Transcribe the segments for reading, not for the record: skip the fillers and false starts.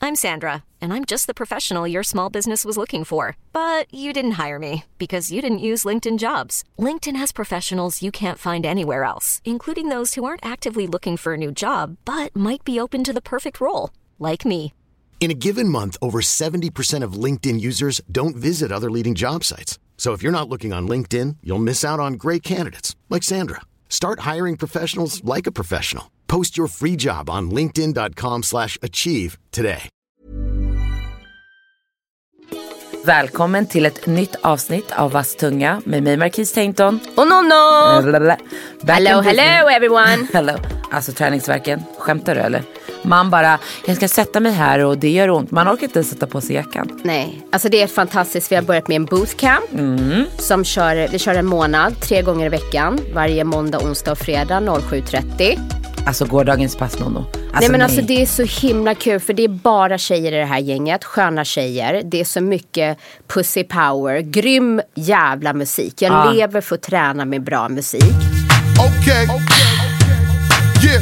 I'm Sandra, and I'm just the professional your small business was looking for. But you didn't hire me because you didn't use LinkedIn Jobs. LinkedIn has professionals you can't find anywhere else, including those who aren't actively looking for a new job, but might be open to the perfect role, like me. In a given month, over 70% of LinkedIn users don't visit other leading job sites. So if you're not looking on LinkedIn, you'll miss out on great candidates like Sandra. Start hiring professionals like a professional. Post your free job on linkedin.com/achieve today. Välkommen till ett nytt avsnitt av Vass tunga med mig Marquis Tainton och Nonno. Hello everyone. Hello. Alltså träningsverken, skämtar du eller? Man bara, jag ska sätta mig här och det gör ont. Man orkar inte sätta på sig jackan. Nej, alltså det är fantastiskt. Vi har börjat med en bootcamp som vi kör en månad, 3 gånger i veckan. Varje måndag, onsdag och fredag 07:30. Alltså gårdagens pass, Nonno. Nej men alltså det är så himla kul. För det är bara tjejer i det här gänget. Sköna tjejer. Det är så mycket pussy power. Grym jävla musik. Jag lever för att träna med bra musik. Okay. Yeah.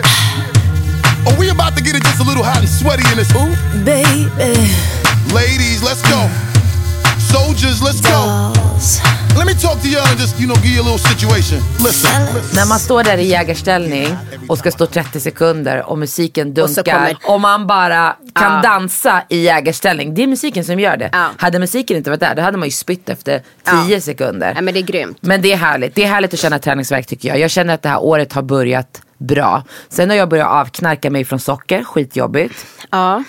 Oh, we about to get it just a little hot and sweaty in this. Ooh, baby. Ladies, let's go. Soldiers, let's go. Let me talk to you and just, give you a little situation. Listen. När man står där i jägarställning och ska stå 30 sekunder och musiken dunkar och man bara kan dansa i jägarställning. Det är musiken som gör det. Hade musiken inte varit där, då hade man ju spytt efter 10 sekunder. Ja, men det är grymt. Men det är härligt. Det är härligt att känna träningsverk, tycker jag. Jag känner att det här året har börjat bra. Sen har jag börjat avknarka mig från socker. Skitjobbigt. Ja.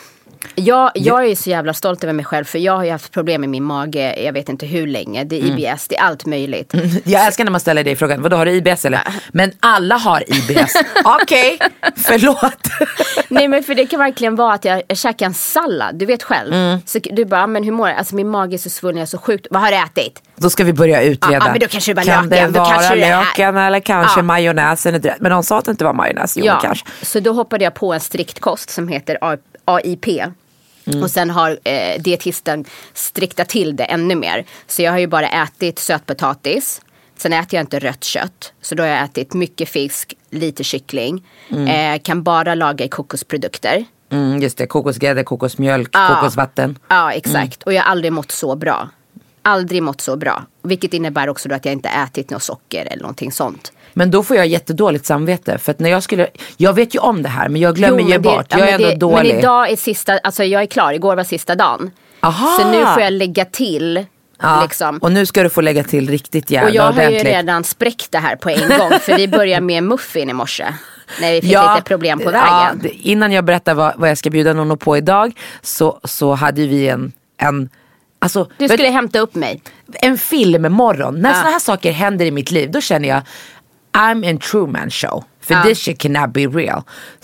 Jag är så jävla stolt över mig själv. För jag har ju haft problem med min mage. Jag vet inte hur länge. Det är IBS, det är allt möjligt. Jag älskar när man ställer dig frågan, vadå, har du IBS eller? Men alla har IBS. Okej, förlåt. Nej men för det kan verkligen vara att jag käkar en sallad. Du vet själv. Så du bara, men hur mår jag? Alltså min mage är så svullen, jag är så sjukt. Vad har du ätit? Då ska vi börja utreda. Men då kanske det bara kan löken. Det vara kanske löken eller kanske majonnäsen? Men de sa att det inte var majonnäs. Jo, kanske. Så då hoppade jag på en strikt kost som heter AIP. Och sen har dietisten striktat till det ännu mer. Så jag har ju bara ätit sötpotatis. Sen äter jag inte rött kött. Så då har jag ätit mycket fisk, lite kyckling. Kan bara laga i kokosprodukter. Just det, kokosgrädde, kokosmjölk, kokosvatten. Ja, exakt. Och jag har aldrig mått så bra. Aldrig mått så bra. Vilket innebär också då att jag inte ätit något socker eller någonting sånt. Men då får jag jättedåligt samvete. För att när jag vet ju om det här, men jag glömmer ju bort. Jag är ändå dålig. Men idag är sista, alltså jag är klar. Igår var sista dagen. Aha. Så nu får jag lägga till. Liksom. Och nu ska du få lägga till riktigt jävla och jag ordentligt. har ju redan spräckt det här på en gång. För vi börjar med muffin i morse. När vi fick lite problem på vägen. Innan jag berättar vad jag ska bjuda Nonno på idag, så hade vi en alltså, du skulle hämta upp mig. En filmmorgon. När såna här saker händer i mitt liv, då känner jag I'm in Truman Show. För this shit cannot be real.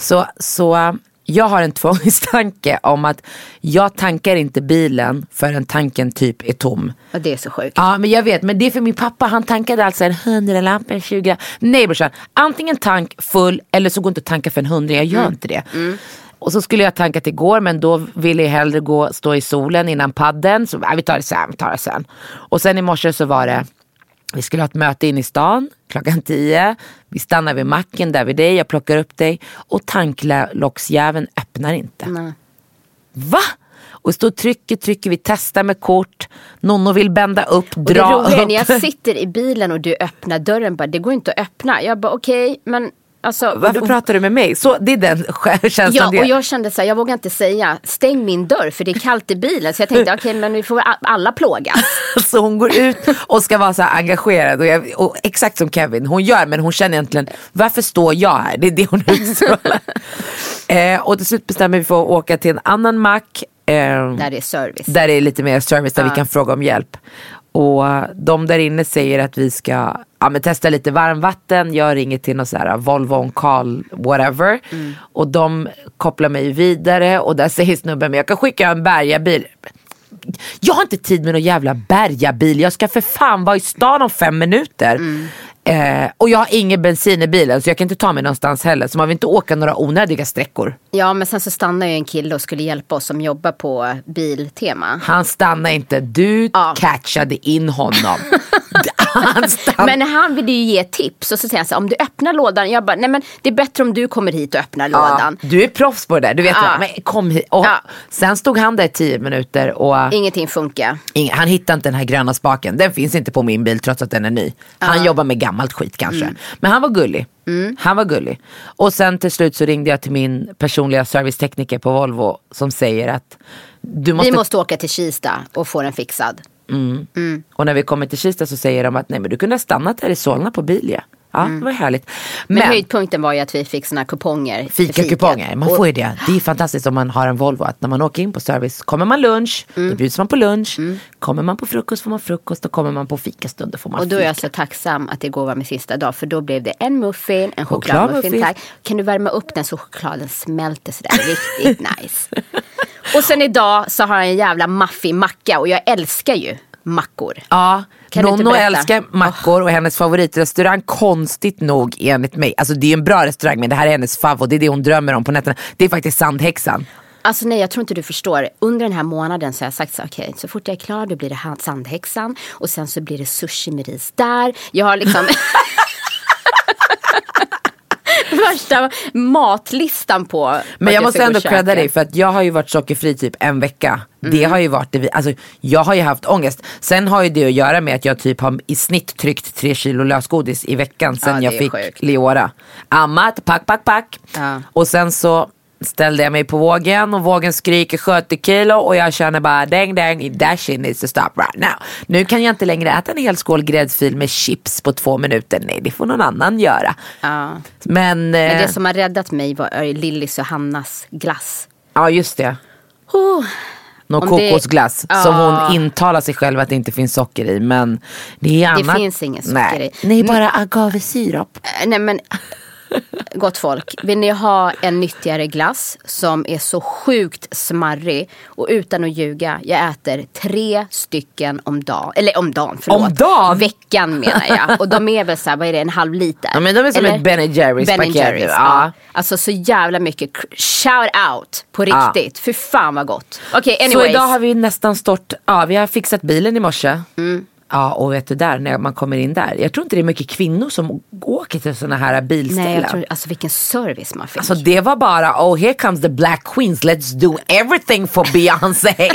Så jag har en tvångstanke om att jag tankar inte bilen förrän tanken typ är tom. Och det är så sjukt. Ja, men jag vet. Men det är för min pappa. Han tankade alltså en 100-lapp, en 20. Nej, brorsan. Antingen tank full eller så går inte att tanka för en 100. Jag gör inte det. Och så skulle jag tankat igår, men då ville jag hellre stå i solen innan padden. Så vi tar det sen. Och sen i morse så var det, vi skulle ha ett möte in i stan 10:00. Vi stannar vid macken där vid dig. Jag plockar upp dig. Och tanklocksjäveln öppnar inte. Nej. Va? Och så trycker vi, testar med kort. Nonno vill bända upp, dra upp. Och det roliga, när jag sitter i bilen och du öppnar dörren, bara, det går inte att öppna. Jag bara okej, men alltså, varför pratar du med mig? Så det är den känslan. Ja, och jag kände så här, jag vågar inte säga stäng min dörr för det är kallt i bilen. Så jag tänkte okej, men vi får alla plåga. Så hon går ut och ska vara så här engagerad. Och exakt som Kevin, hon gör, men hon känner egentligen, varför står jag här? Det är det hon utstrålar. Och till slut bestämmer vi för att åka till en annan mack. Där det är service. Där det är lite mer service, där vi kan fråga om hjälp. Och de där inne säger att vi ska testa lite varmvatten. Jag ringer till någon så här Volvo On Call, whatever. Och de kopplar mig vidare. Och där säger snubben, men jag kan skicka en bärgarbil. Jag har inte tid med någon jävla bärgarbil. Jag ska för fan vara i stan om 5 minuter. Och jag har ingen bensin i bilen, så jag kan inte ta mig någonstans heller. Så man vill inte åka några onödiga sträckor. Ja, men sen så stannar ju en kille och skulle hjälpa oss som jobbar på Biltema. Han stannar inte, du catchade in honom. Men han vill ju ge tips. Och så säger han så här, om du öppnar lådan. Jag bara, nej men det är bättre om du kommer hit och öppnar lådan. Du är proffs på det där, du vet men kom hit. Och sen stod han där i 10 minuter och ingenting funkar. Han hittade inte den här gröna spaken. Den finns inte på min bil trots att den är ny. Han jobbar med gammalt skit kanske. Men han var gullig. Han var gullig. Och sen till slut så ringde jag till min personliga servicetekniker på Volvo som säger att vi måste åka till Kista och få den fixad. Och när vi kommer till Kista så säger de att nej men du kunde ha stannat där i Solna på Bilia. Ja, det var härligt. Men höjdpunkten var ju att vi fick såna kuponger. Fika-kuponger, man får ju det. Det är fantastiskt om man har en Volvo. Att när man åker in på service, kommer man lunch, då bjuds man på lunch. Kommer man på frukost får man frukost. Och kommer man på fikastund, då får man och då fika. är jag så tacksam att igår var min sista dag. För då blev det en muffin, en chokladmuffin. Tack. Kan du värma upp den så chokladen smälter sådär riktigt nice. Och sen idag så har jag en jävla maffig macka. Och jag älskar ju mackor. Ja, Nonno älskar mackor och hennes favoritrestaurang, konstigt nog enligt mig. Alltså det är en bra restaurang men det här är hennes favorit. Det är det hon drömmer om på nätterna. Det är faktiskt Sandhäxan. Alltså nej, jag tror inte du förstår. Under den här månaden så har jag sagt så okej, så fort jag är klar då blir det Sandhäxan. Och sen så blir det sushi med ris där. Jag har liksom värsta matlistan på. Men jag måste ändå credda dig för att jag har ju varit sockerfri typ en vecka. Det har ju varit det alltså jag har ju haft ångest. Sen har ju det att göra med att jag typ har i snitt tryckt 3 kilo lösgodis i veckan sen jag fick Leora. Ammat, pack. Och sen så ställde jag mig på vågen och vågen skriker 70 kilo och jag känner bara däng, that shit needs to stop right now. Nu kan jag inte längre äta en hel skål gräddfil med chips på 2 minuter. Nej, det får någon annan göra. Men det som har räddat mig var Lillis och Hannas glass. Ja, just det. Någon kokosglass som hon intalar sig själv att det inte finns socker i. Men det är annat. Det finns ingen socker i. Nej, bara agavesirap. Nej, men gott folk, vill ni ha en nyttigare glass som är så sjukt smarrig och utan att ljuga, jag äter 3 stycken om dagen. Eller om dagen, förlåt. Om dagen? Veckan menar jag. Och de är väl så här, vad är det, en halv liter? Ja, men de är som ett Ben & Jerry's paket. Ja. Alltså så jävla mycket shout out på riktigt. För fan vad gott. Okej, anyways. Så idag har vi nästan stått, vi har fixat bilen i morse. Ja, och vet du där, när man kommer in där. Jag tror inte det är mycket kvinnor som åker till såna här bilställen. Nej, jag tror, alltså vilken service man fick. Alltså det var bara, here comes the black queens. Let's do everything for Beyoncé.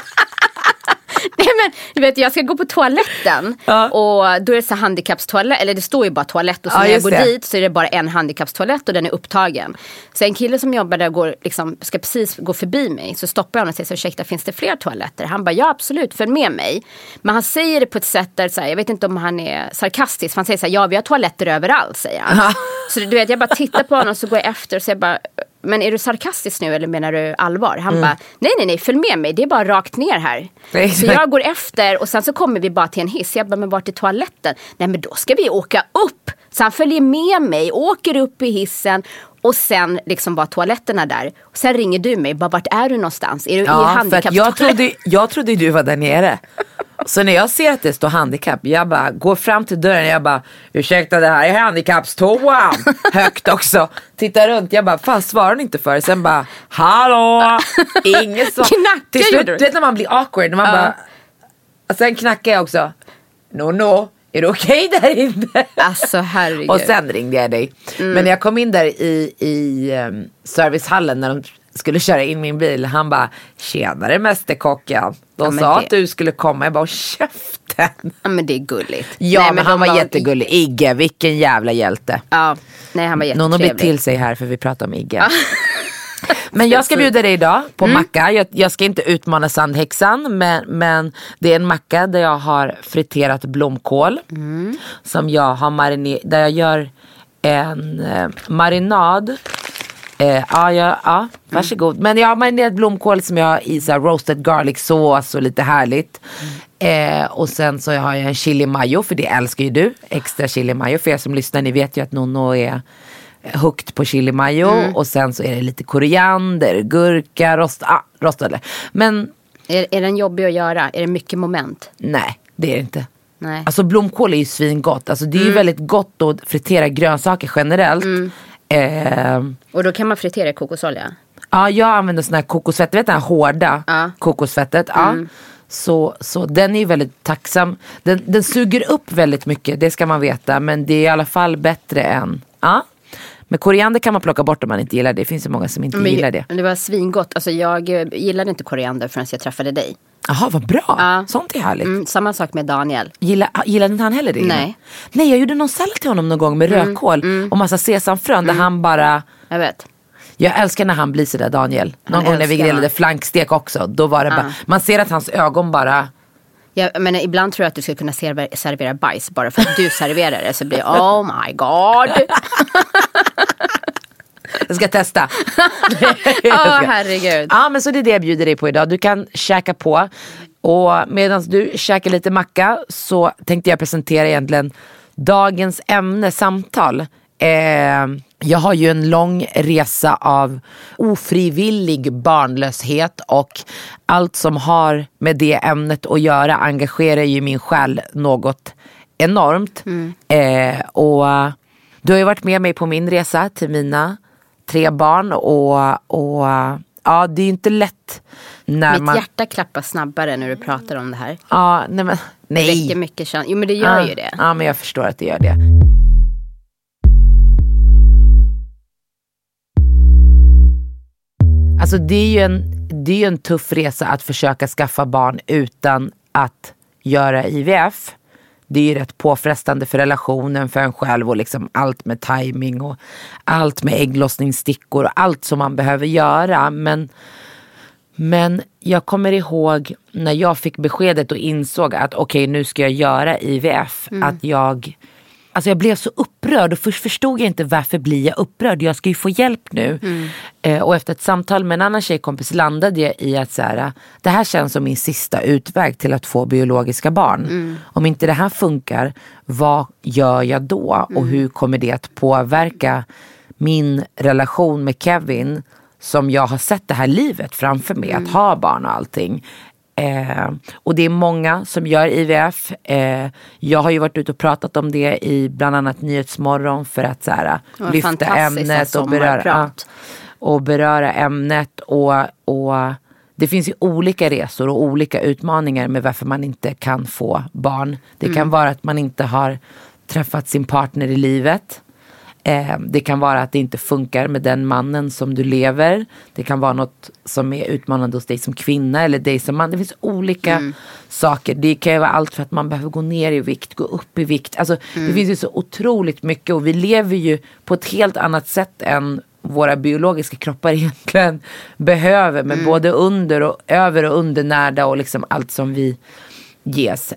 Nej men, du vet, jag ska gå på toaletten och då är det så handikappstoalett, eller det står ju bara toalett och så när jag går dit så är det bara en handikappstoalett och den är upptagen. Så en kille som jobbar där ska precis gå förbi mig, så stoppar jag honom och säger så, ursäkta, finns det fler toaletter? Han bara, ja absolut, följ med mig. Men han säger det på ett sätt där så här, jag vet inte om han är sarkastisk, för han säger så här, ja vi har toaletter överallt, säger han. Så du vet, jag bara tittar på honom och så går jag efter och säger bara, men är du sarkastisk nu eller menar du allvar? Han bara, nej, följ med mig, det är bara rakt ner här. Så jag går efter och sen så kommer vi bara till en hiss. Jag bara, men vart är toaletten? Nej, men då ska vi åka upp. Så han följer med mig, åker upp i hissen och sen liksom bara toaletterna där. Och sen ringer du mig, bara vart är du någonstans? Är du i handikappstoalett? Jag trodde du var där nere. Så när jag ser att det står handikapp, jag bara går fram till dörren, jag bara, ursäkta, det här är handikappstoan. Högt också. Tittar runt, jag bara, fan svarar ni inte för? Sen bara, hallå. Inget så. Till slut, du vet när man blir awkward, när man bara, och sen knackar jag också. No. Är du okej där inne? Alltså herregud. Och sen ringde jag dig. Men när jag kom in där i servicehallen när de skulle köra in min bil, han bara, tjenare mästerkocken. De sa att du skulle komma. Jag bara, käften. Ja, men det är gulligt. Ja, nej, men han var jättegullig. Igge, vilken jävla hjälte. Ja, nej, han var jättetrevlig. Någon har blivit till sig här för vi pratar om Igge. Men jag ska bjuda dig idag på macka. Jag ska inte utmana Sandhäxan, men det är en macka där jag har friterat blomkål. Som jag har där jag gör en marinad. Varsågod. Men jag har marinerat blomkål som jag har i så här roasted garlic sås och lite härligt. Och sen så har jag en chili mayo, för det älskar ju du. Extra chili mayo, för er som lyssnar, ni vet ju att Nonno är hooked på chili mayo. Och sen så är det lite koriander, gurka, rostade. Men är den jobbig att göra? Är det mycket moment? Nej, det är det inte. Nej. Alltså blomkål är ju svingott. Alltså det är ju väldigt gott att fritera grönsaker generellt. Och då kan man fritera i kokosolja? Ja, jag använder sån här kokosfett. Du vet den här hårda kokosfettet. Ja. Så den är ju väldigt tacksam. Den suger upp väldigt mycket, det ska man veta. Men det är i alla fall bättre än... Ja. Men koriander kan man plocka bort om man inte gillar det. Det finns ju många som inte gillar det. Det var svingott. Alltså jag gillade inte koriander förrän jag träffade dig. Jaha, vad bra. Sånt är härligt. Samma sak med Daniel. Gillade inte han heller det? Nej. Nej, jag gjorde någon sallad till honom någon gång med rödkål och massa sesamfrön där han bara... Jag vet. Jag älskar när han blir sådär, Daniel. Någon gång när vi grillade flankstek också. Då var det bara... Man ser att hans ögon bara... Ja, men ibland tror jag att du skulle kunna servera bajs bara för att du serverar det. Så blir det, oh my god. Jag ska testa. Herregud. Ja, men så det är det jag bjuder dig på idag. Du kan käka på. Och medan du käkar lite macka så tänkte jag presentera egentligen dagens ämne, samtal. Jag har ju en lång resa av ofrivillig barnlöshet och allt som har med det ämnet att göra engagerar ju min själ något enormt. Och du har ju varit med mig på min resa till mina 3 barn och ja, det är ju inte lätt när Mitt hjärta klappar snabbare när du pratar om det här. Ja, nej men nej. Det väcker mycket känslor. Jo, men det gör ju det. Ja, men jag förstår att det gör det. Alltså det är ju en tuff resa att försöka skaffa barn utan att göra IVF. Det är ju rätt påfrestande för relationen, för en själv och liksom allt med timing och allt med ägglossningsstickor och allt som man behöver göra. Men jag kommer ihåg när jag fick beskedet och insåg att okej, nu ska jag göra IVF. Att jag blev så upprörd och först förstod jag inte varför blir jag upprörd. Jag ska ju få hjälp nu. Och efter ett samtal med en annan tjejkompis landade jag i att så här, det här känns som min sista utväg till att få biologiska barn. Om inte det här funkar, vad gör jag då? Och hur kommer det att påverka min relation med Kevin, som jag har sett det här livet framför mig, att ha barn och allting. Och det är många som gör IVF. Jag har ju varit ute och pratat om det i bland annat Nyhetsmorgon för att så här, lyfta ämnet och beröra ämnet och det finns ju olika resor och olika utmaningar med varför man inte kan få barn. Det kan vara att man inte har träffat sin partner i livet. Det kan vara att det inte funkar med den mannen som du lever. Det kan vara något som är utmanande hos dig som kvinna eller dig som man. Det finns olika saker. Det kan ju vara allt för att man behöver gå ner i vikt, gå upp i vikt. Alltså det finns ju så otroligt mycket och vi lever ju på ett helt annat sätt än våra biologiska kroppar egentligen behöver. Men både under och över och undernärda och liksom allt som vi ges.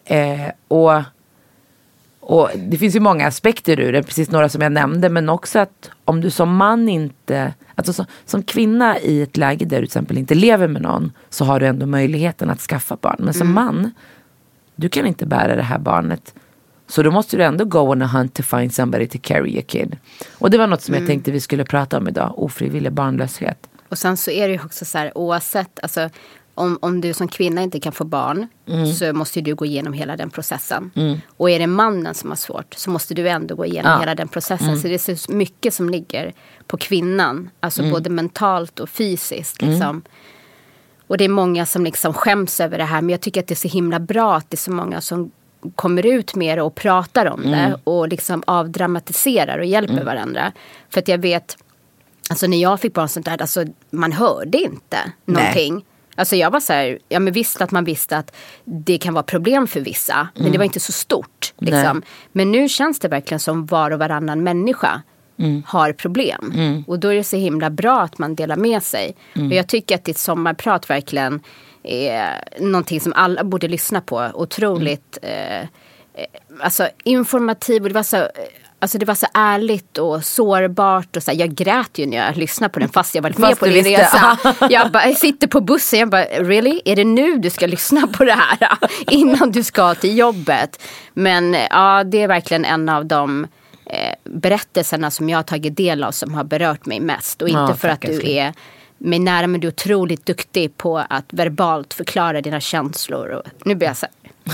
Och det finns ju många aspekter ur det, precis några som jag nämnde, men också att om du som man inte, alltså som kvinna i ett läge där du till exempel inte lever med någon, så har du ändå möjligheten att skaffa barn. Men som man, du kan inte bära det här barnet. Så då måste du ändå go on a hunt to find somebody to carry a kid. Och det var något som jag tänkte vi skulle prata om idag, ofrivillig barnlöshet. Och sen så är det ju också så här, oavsett, alltså om du som kvinna inte kan få barn så måste du gå igenom hela den processen. Och är det mannen som har svårt så måste du ändå gå igenom hela den processen. Så det är så mycket som ligger på kvinnan. Alltså både mentalt och fysiskt. Liksom. Och det är många som liksom skäms över det här. Men jag tycker att det är så himla bra att det är så många som kommer ut med det och pratar om det. Och liksom avdramatiserar och hjälper varandra. För att jag vet, alltså när jag fick barn sånt där, alltså man hörde inte någonting. Nej. Alltså jag var så här, ja men visst att man visste att det kan vara problem för vissa. Men det var inte så stort liksom. Men nu känns det verkligen som var och varannan människa har problem. Och då är det så himla bra att man delar med sig. Och jag tycker att ditt sommarprat verkligen är någonting som alla borde lyssna på. Otroligt alltså informativ, och det var så... Alltså det var så ärligt och sårbart och så här, jag grät ju när jag lyssnade på den fast jag varit med på din resa. Jag sitter på bussen, jag bara, really? Är det nu du ska lyssna på det här innan du ska till jobbet? Men ja, det är verkligen en av de berättelserna som jag har tagit del av som har berört mig mest. Och inte för att du är mig nära, men du är otroligt duktig på att verbalt förklara dina känslor. Och nu blir jag så här.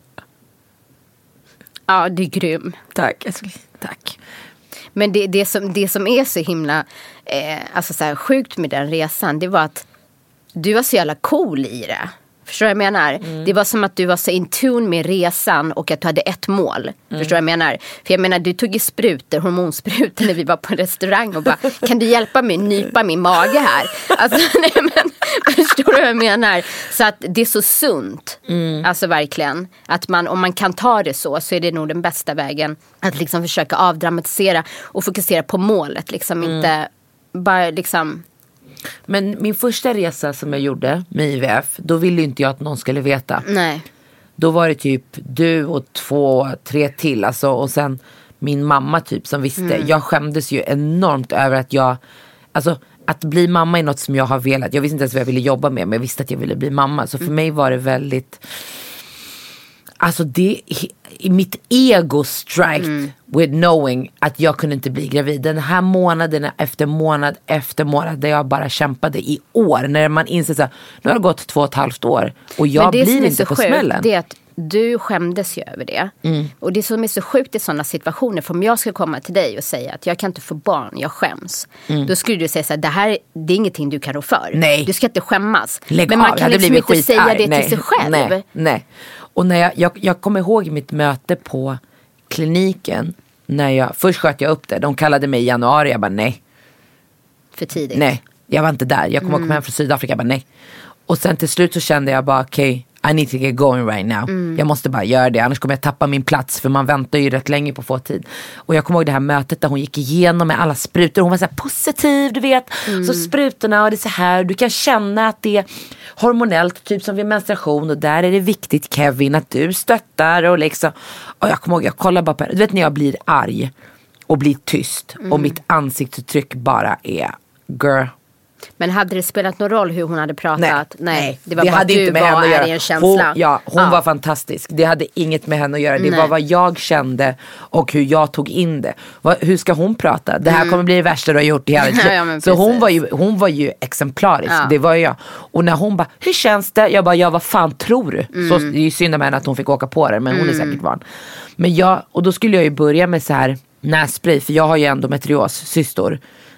Ja, det är grym. Tack. Tack. Men det som är så himla alltså så här, sjukt med den resan, det var att du var så jävla cool i det. Förstår du vad jag menar? Det var som att du var så in tune med resan och att du hade ett mål. Förstår du vad jag menar? För jag menar, du tog ju hormonsprutor när vi var på en restaurang och bara, kan du hjälpa mig nypa min mage här? Alltså, nej men, förstår du vad jag menar? Så att det är så sunt. Alltså verkligen. Att om man kan ta det så är det nog den bästa vägen. Att liksom försöka avdramatisera och fokusera på målet. Liksom inte bara liksom... Men min första resa som jag gjorde med IVF, då ville inte jag att någon skulle veta. Nej. Då var det typ du och 2-3 till. Alltså, och sen min mamma typ som visste. Jag skämdes ju enormt över att jag... Alltså att bli mamma är något som jag har velat. Jag visste inte ens vad jag ville jobba med, men jag visste att jag ville bli mamma. Så för mig var det väldigt... Alltså mitt ego striked with knowing att jag kunde inte bli gravid. Den här månaden efter månad där jag bara kämpade i år. När man inser så här, nu har det gått 2,5 år och jag blir inte på smällen. Det är att du skämdes ju över det. Och det som är så sjukt i sådana situationer, för om jag ska komma till dig och säga att jag kan inte få barn, jag skäms. Då skulle du säga så här, det är ingenting du kan rå för. Nej. Du ska inte skämmas. Men man kan liksom inte säga det till sig själv. Nej. Och när jag kommer ihåg mitt möte på kliniken, först sköt jag upp det. De kallade mig i januari, jag bara nej. För tidigt. Nej, jag var inte där. Jag kommer komma hem från Sydafrika, jag bara nej. Och sen till slut så kände jag bara okej, I need to get going right now. Jag måste bara göra det, annars kommer jag tappa min plats. För man väntar ju rätt länge på att få tid. Och jag kommer ihåg det här mötet där hon gick igenom med alla sprutor. Hon var så här positiv, du vet. Så sprutorna och det är så här. Du kan känna att det är hormonellt, typ som vid menstruation. Och där är det viktigt, Kevin, att du stöttar. Och liksom. Och jag kommer ihåg, jag kollar bara på det. Du vet när jag blir arg och blir tyst. Och mitt ansiktsuttryck bara är girl. Men hade det spelat någon roll hur hon hade pratat? Nej. Det var det bara hade att inte du med henne att göra. En känsla. Hon var fantastisk. Det hade inget med henne att göra. Det var vad jag kände och hur jag tog in det. Hur ska hon prata? Det här kommer bli det värsta du har gjort i hela ditt liv. Så hon var ju exemplarisk. Det var jag. Och när hon bara, hur känns det? Jag bara, vad fan tror du? Så det är ju synd om henne att hon fick åka på det. Men hon är säkert van. Men och då skulle jag ju börja med så här nässpray. För jag har ju endometrios, cystor.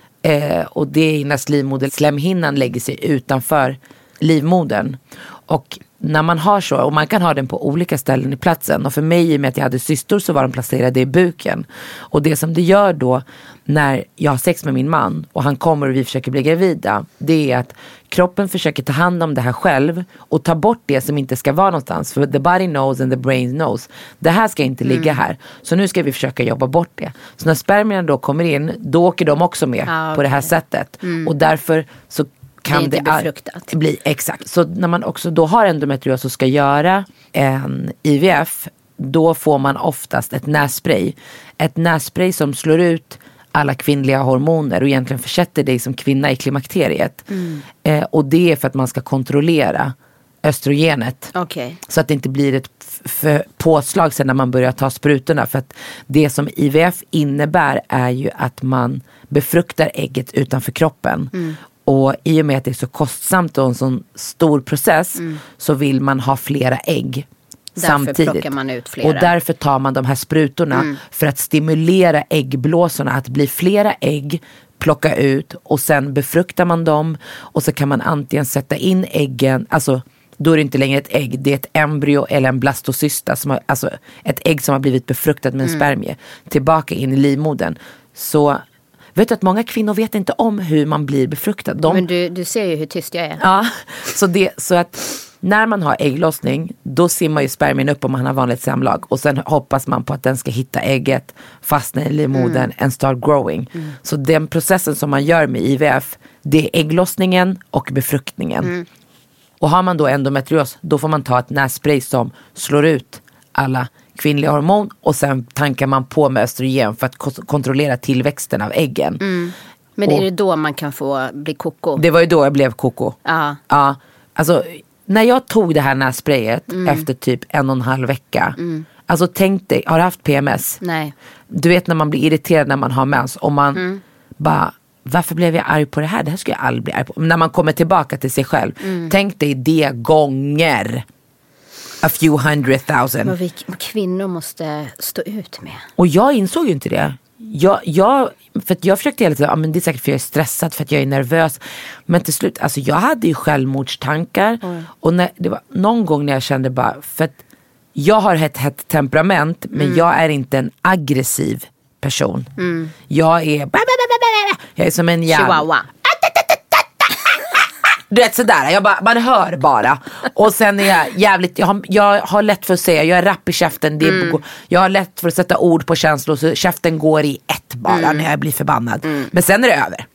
Och det är när livmoderslemhinnan lägger sig utanför livmodern. Och när man har så, och man kan ha den på olika ställen i platsen. Och för mig, i och med att jag hade cystor, så var den placerade i buken. Och det som det gör då när jag har sex med min man och han kommer och vi försöker bli gravida, det är att kroppen försöker ta hand om det här själv och ta bort det som inte ska vara någonstans. För the body knows and the brain knows. Det här ska inte ligga här. Så nu ska vi försöka jobba bort det. Så när spermierna då kommer in, då åker de också med på det här sättet. Och därför så kan det bli exakt. Så när man också då har endometrios och ska göra en IVF, då får man oftast ett nässpray. Ett nässpray som slår ut alla kvinnliga hormoner och egentligen försätter dig som kvinna i klimakteriet. Och det är för att man ska kontrollera östrogenet. Så att det inte blir ett påslag sen när man börjar ta sprutorna. För att det som IVF innebär är ju att man befruktar ägget utanför kroppen. Och i och med att det är så kostsamt och en sån stor process så vill man ha flera ägg samtidigt. Därför plockar man ut flera. Och därför tar man de här sprutorna för att stimulera äggblåsorna att bli flera ägg, plocka ut och sen befruktar man dem och så kan man antingen sätta in äggen, alltså då är det inte längre ett ägg, det är ett embryo eller en blastocysta, alltså ett ägg som har blivit befruktat med en spermie tillbaka in i livmodern. Så vet du att många kvinnor vet inte om hur man blir befruktad. Men du ser ju hur tyst jag är. Ja, så att när man har ägglossning, då simmar ju spermien upp om man har vanligt samlag. Och sen hoppas man på att den ska hitta ägget, fastna i livmodern and start growing. Så den processen som man gör med IVF, det är ägglossningen och befruktningen. Och har man då endometrios, då får man ta ett nässpray som slår ut alla kvinnliga hormon och sen tankar man på med östrogen för att kontrollera tillväxten av äggen. Men är det då man kan få bli koko? Det var ju då jag blev koko. Ja, alltså när jag tog det här nässprayet efter typ 1,5 vecka. Alltså tänk dig, har du haft PMS? Nej. Du vet när man blir irriterad när man har mens och man bara, varför blev jag arg på det här? Det här skulle jag aldrig bli arg på. Men när man kommer tillbaka till sig själv, tänk dig det gånger a few 100,000. Vad vi kvinnor måste stå ut med. Och jag insåg ju inte det. för att jag försökte hela tiden, men det är säkert för jag är stressad, för att jag är nervös. Men till slut, alltså jag hade ju självmordstankar. Och det var någon gång när jag kände bara, för att jag har ett hett temperament, men jag är inte en aggressiv person. Jag är som en Chihuahua. Du vet sådär, man hör bara. Och sen är jag jävligt, jag har lätt för att säga, jag är rapp i käften. Jag har lätt för att sätta ord på känslor, så käften går i ett bara när jag blir förbannad. Men sen är det över.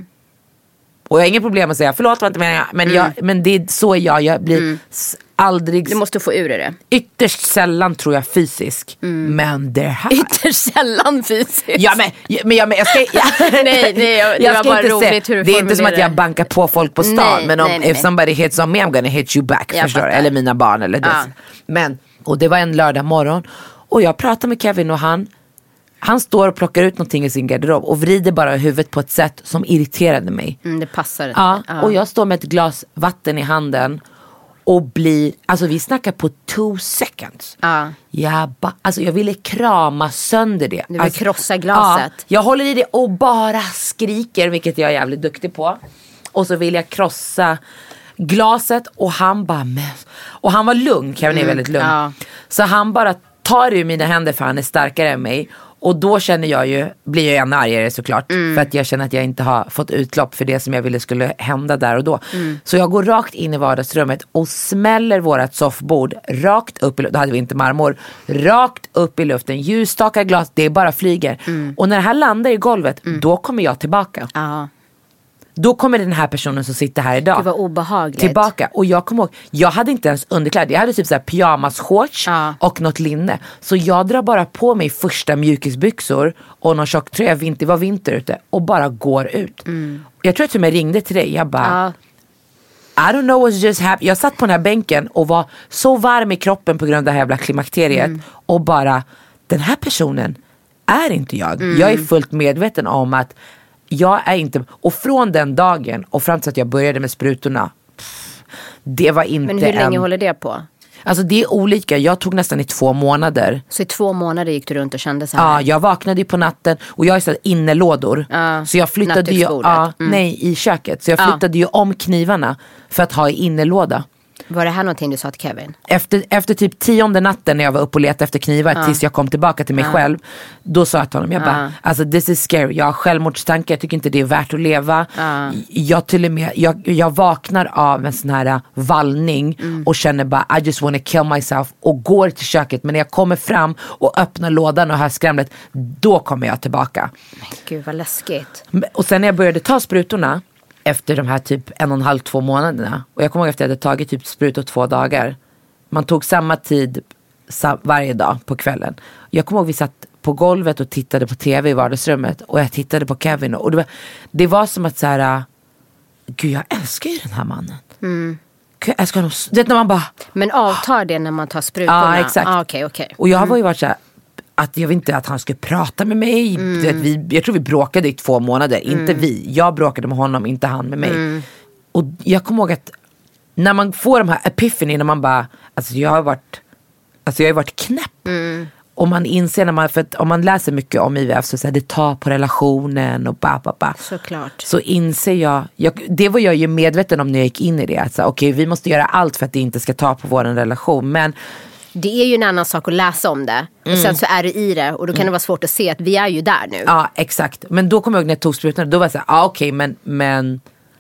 Och jag har inget problem att säga, förlåt vad inte menar, men det är så jag blir aldrig. Du måste få ur det. Ytterst sällan tror jag fysisk. Men det här. Ytterst sällan fysisk. Ja men jag ska nej, det var bara roligt hur du det är inte som att jag bankar på folk på stan. Men om if somebody hits on me, I'm gonna hit you back, förstår du? Eller mina barn eller det. Men, och det var en lördag morgon. Och jag pratade med Kevin och han står och plockar ut någonting i sin garderob och vrider bara huvudet på ett sätt som irriterade mig. Det passar inte. Ja, och jag står med ett glas vatten i handen och blir, alltså vi snackar på 2 seconds. Jag ville krama sönder det. Du vill krossa glaset. Jag håller i det och bara skriker, vilket jag är jävligt duktig på. Och så vill jag krossa glaset och han bara och han var lugn, Kevin är väldigt lugn. Så han bara tar ur mina händer, för han är starkare än mig. Och då blir jag ännu argare såklart. För att jag känner att jag inte har fått utlopp för det som jag ville skulle hända där och då. Så jag går rakt in i vardagsrummet och smäller vårat soffbord rakt upp, då hade vi inte marmor, rakt upp i luften. Ljusstakar glas, det bara flyger. Och när det här landar i golvet, då kommer jag tillbaka. Då kommer den här personen som sitter här idag. Det var obehagligt. Tillbaka. Och jag kommer ihåg, jag hade inte ens underkläder. Jag hade typ så här pyjamasshorts och något linne. Så jag drar bara på mig första mjukisbyxor och någon tjocktröja, det var vinter ute, och bara går ut. Jag tror att jag ringde till dig. Jag bara I don't know what's just happened. Jag satt på den här bänken och var så varm i kroppen på grund av det här jävla klimakteriet. Och bara, den här personen är inte jag. Jag är fullt medveten om att jag är inte, och från den dagen och fram till att jag började med sprutorna, det var inte. Men hur länge håller det på? Alltså det är olika, jag tog nästan i 2 månader. Så i 2 månader gick du runt och kände så här? Ja, jag vaknade ju på natten och jag är så här innelådor. Så jag flyttade ju, nej, i köket. Så jag flyttade ju om knivarna för att ha i innelåda. Var det här någonting du sa till Kevin? Efter typ 10:e natten när jag var uppe och letade efter knivar tills jag kom tillbaka till mig själv, då sa jag till honom, jag bara, alltså this is scary, jag har självmordstankar, jag tycker inte det är värt att leva. Jag till och med, jag vaknar av en sån här vallning och känner bara, I just wanna kill myself, och går till köket, men när jag kommer fram och öppnar lådan och hör skramlet, då kommer jag tillbaka. Men gud vad läskigt. Och sen när jag började ta sprutorna efter de här typ 1,5-2 månaderna. Och jag kommer ihåg efter att jag hade tagit typ sprutor 2 dagar. Man tog samma tid varje dag på kvällen. Jag kommer ihåg vi satt på golvet och tittade på tv i vardagsrummet. Och jag tittade på Kevin. Och det var som att så här, gud, jag älskar ju den här mannen. Jag älskar honom. Det när man bara. Men avtar det när man tar sprutorna? Ja, exakt. Okej. Och jag var ju varit så här, att jag vet inte att han skulle prata med mig. Jag tror vi bråkade i 2 månader. Inte vi. Jag bråkade med honom, inte han med mig. Och jag kommer ihåg att när man får de här epiphany, när man bara, alltså jag har varit knäpp. Och man inser för att om man läser mycket om IVF så det tar på relationen och Såklart. Så inser jag, det var jag ju medveten om när jag gick in i det. Alltså, okej, vi måste göra allt för att det inte ska ta på vår relation. Men det är ju en annan sak att läsa om det. Och sen så är du i det. Och då kan det vara svårt att se att vi är ju där nu. Ja, exakt. Men då kom jag ihåg när jag tog sprutorna. Då var jag så här, okej, men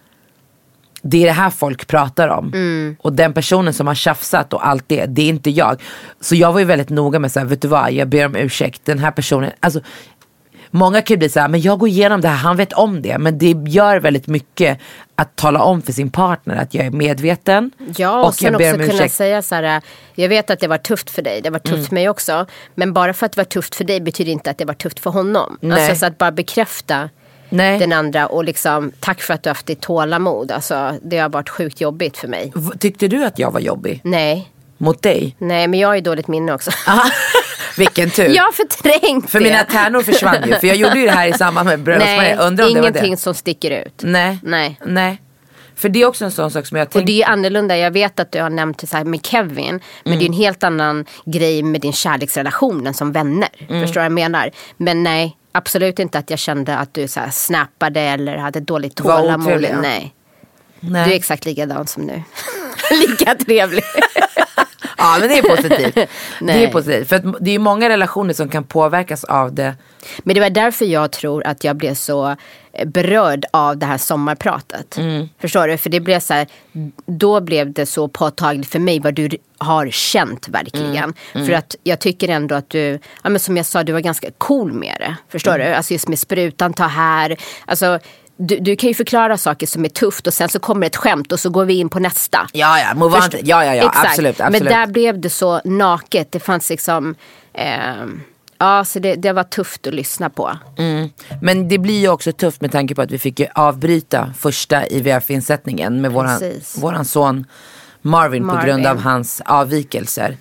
det är det här folk pratar om. Och den personen som har tjafsat och allt det är inte jag. Så jag var ju väldigt noga med så här, vet du vad, jag ber om ursäkt. Den här personen, alltså många kan bli så här, men jag går igenom det här, han vet om det. Men det gör väldigt mycket att tala om för sin partner att jag är medveten. Ja, och sen också kunna säga så här, jag vet att det var tufft för dig, det var tufft för mig också. Men bara för att det var tufft för dig betyder inte att det var tufft för honom. Alltså så att bara bekräfta den andra och liksom, tack för att du har haft ditt tålamod. Alltså det har varit sjukt jobbigt för mig. Tyckte du att jag var jobbig? Nej. Mot dig? Nej, men jag har ju dåligt minne också. Vilken tur. Jag har förträngt för mina tärnor försvann ju. För jag gjorde ju det här i samband med bröllopsmarie. Nej, ingenting som sticker ut. Nej. För det är också en sån sak som jag tänkte. Och det är annorlunda. Jag vet att du har nämnt det så här med Kevin. Men det är en helt annan grej med din kärleksrelation än som vänner. Förstår du vad jag menar? Men nej, Absolut inte att jag kände att du så här snappade eller hade dåligt tålamod. Nej. Du är exakt likadan som nu. Lika trevlig. Ja, men det är positivt. Det är positivt. För att det är ju många relationer som kan påverkas av det. Men det var därför jag tror att jag blev så berörd av det här sommarpratet. Förstår du? För det blev så här, då blev det så påtagligt för mig vad du har känt verkligen. För att jag tycker ändå att du, ja, men som jag sa, du var ganska cool med det. Förstår du? Alltså just med sprutan, ta här. Alltså du kan ju förklara saker som är tufft och sen så kommer ett skämt och så går vi in på nästa. Ja, absolut. Men där blev det så naket. Det fanns liksom ja, så det var tufft att lyssna på. Men det blir ju också tufft med tanke på att vi fick ju avbryta första IVF-insättningen med våran son Marvin på grund av hans avvikelser.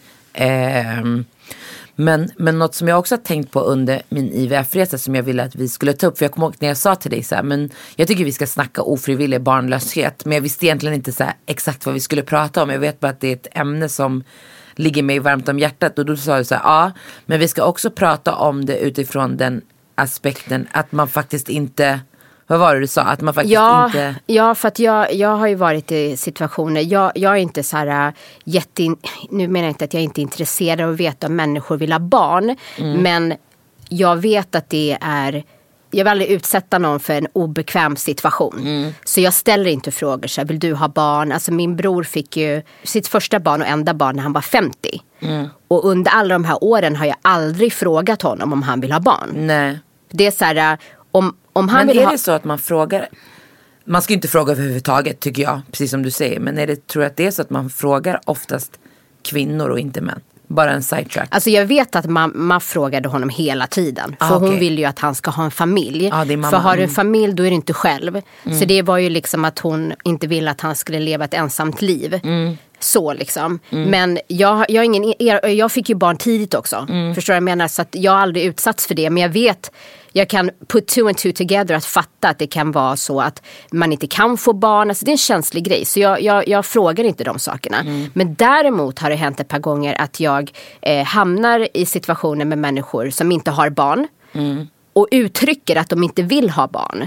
Men något som jag också har tänkt på under min IVF-resa som jag ville att vi skulle ta upp, för jag kommer ihåg när jag sa till dig så här, men jag tycker vi ska snacka ofrivillig barnlöshet, men jag visste egentligen inte så här exakt vad vi skulle prata om. Jag vet bara att det är ett ämne som ligger mig varmt om hjärtat, och då sa du så här, ja, men vi ska också prata om det utifrån den aspekten att man faktiskt inte, vad var det du sa? Att man faktiskt inte... Ja, för att jag har ju varit i situationer, jag är inte så här nu menar jag inte att jag inte är intresserad av att veta om människor vill ha barn, men jag vet att det är, jag vill aldrig utsätta någon för en obekväm situation. Så jag ställer inte frågor så här, vill du ha barn? Alltså min bror fick ju sitt första barn och enda barn när han var 50. Och under alla de här åren har jag aldrig frågat honom om han vill ha barn. Nej. Det är så här, om han men vill är det så att man frågar, man ska inte fråga överhuvudtaget tycker jag, precis som du säger, men tror jag att det är så att man frågar oftast kvinnor och inte män? Bara en sidetrack. Alltså jag vet att mamma frågade honom hela tiden. För hon vill ju att han ska ha en familj. För har du en familj då är du inte själv. Så det var ju liksom att hon inte ville att han skulle leva ett ensamt liv. Så liksom. Men jag fick ju barn tidigt också. Förstår jag menar? Så att jag har aldrig utsatts för det. Men jag vet, jag kan put two and two together, att fatta att det kan vara så att man inte kan få barn. Alltså det är en känslig grej. Så jag frågar inte de sakerna. Men däremot har det hänt ett par gånger att jag hamnar i situationer med människor som inte har barn. Och uttrycker att de inte vill ha barn.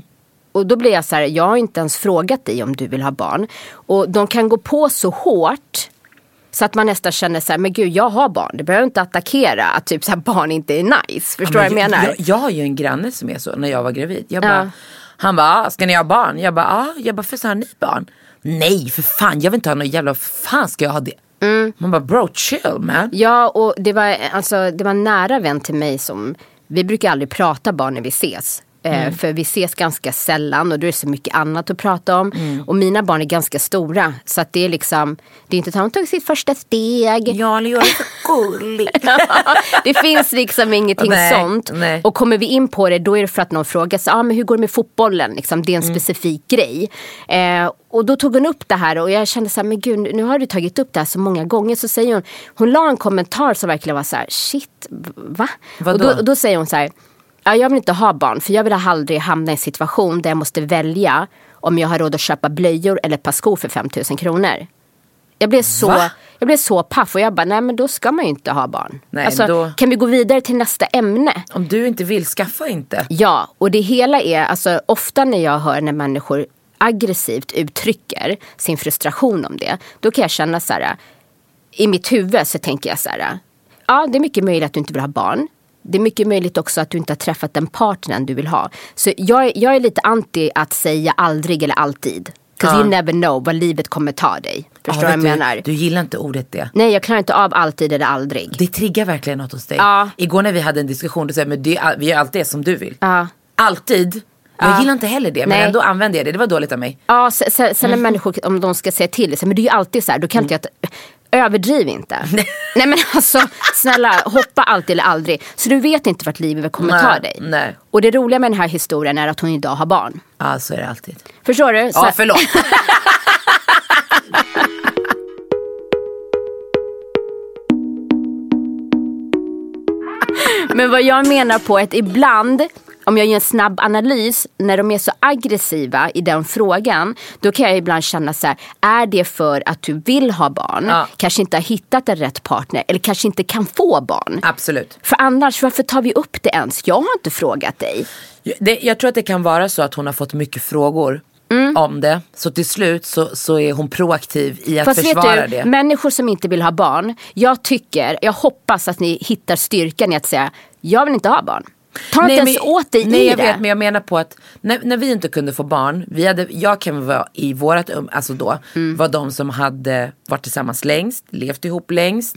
Och då blir jag så här, jag har inte ens frågat dig om du vill ha barn. Och de kan gå på så hårt så att man nästan känner så här, men gud, jag har barn. Det behöver inte attackera att typ så här, barn inte är nice. Förstår du vad jag menar? Jag har ju en granne som är så när jag var gravid. Jag bara, han bara, ska ni ha barn? Jag bara, för så har ni barn? Nej, för fan, jag vill inte ha någon jävla, fan ska jag ha det? Man bara, bro, chill man. Ja, och det var en nära vän till mig som, vi brukar aldrig prata barn när vi ses. För vi ses ganska sällan och då är det så mycket annat att prata om. Och mina barn är ganska stora, så att det är liksom, det är inte att han tagit sitt första steg. Ja, eller jag är så gullig. Det finns liksom ingenting sånt. Nej. Och kommer vi in på det, då är det för att någon frågar sig, men hur går det med fotbollen? Liksom, det är en specifik grej. Och då tog hon upp det här och jag kände så här, men gud, nu har du tagit upp det här så många gånger. Så säger hon la en kommentar som verkligen var så här, shit, va? Och då säger hon så här, jag vill inte ha barn, för jag vill aldrig hamna i en situation där jag måste välja om jag har råd att köpa blöjor eller ett par skor för 5 000 kronor. Jag blev så paff och jag bara, nej men då ska man ju inte ha barn. Nej, alltså, kan vi gå vidare till nästa ämne? Om du inte vill, skaffa inte. Ja, och det hela är, alltså ofta när jag hör när människor aggressivt uttrycker sin frustration om det, då kan jag känna så här, i mitt huvud så tänker jag så här, ja, det är mycket möjligt att du inte vill ha barn. Det är mycket möjligt också att du inte har träffat den partnern du vill ha. Så jag är lite anti att säga aldrig eller alltid. Because you never know vad livet kommer ta dig. Förstår vad jag menar? Du gillar inte ordet det. Nej, jag klarar inte av alltid eller aldrig. Det triggar verkligen något hos dig. Igår när vi hade en diskussion, du säger, men vi gör allt det som du vill. Alltid. Jag gillar inte heller det, men ändå använder jag det. Det var dåligt av mig. Ja, sen när människor, om de ska säga till det, men det är ju alltid så här, då kan inte jag... Överdriv inte. Nej men alltså, snälla, hoppa alltid eller aldrig. Så du vet inte vart livet kommer ta dig. Nej. Och det roliga med den här historien är att hon idag har barn. Ja, så är det alltid. Förstår du? Ja, förlåt. Men vad jag menar på är att ibland, om jag gör en snabb analys, när de är så aggressiva i den frågan, då kan jag ibland känna så här, är det för att du vill ha barn? Ja. Kanske inte har hittat en rätt partner, eller kanske inte kan få barn. Absolut. För annars, varför tar vi upp det ens? Jag har inte frågat dig. Jag tror att det kan vara så att hon har fått mycket frågor om det. Så till slut så är hon proaktiv i att Fast försvara vet du, det. människor som inte vill ha barn, jag hoppas att ni hittar styrkan i att säga, jag vill inte ha barn. Ta inte ens åt dig nej, i jag det. vet, men jag menar på att när vi inte kunde få barn, jag kan vara i vårat, alltså då, var de som hade varit tillsammans längst, levt ihop längst.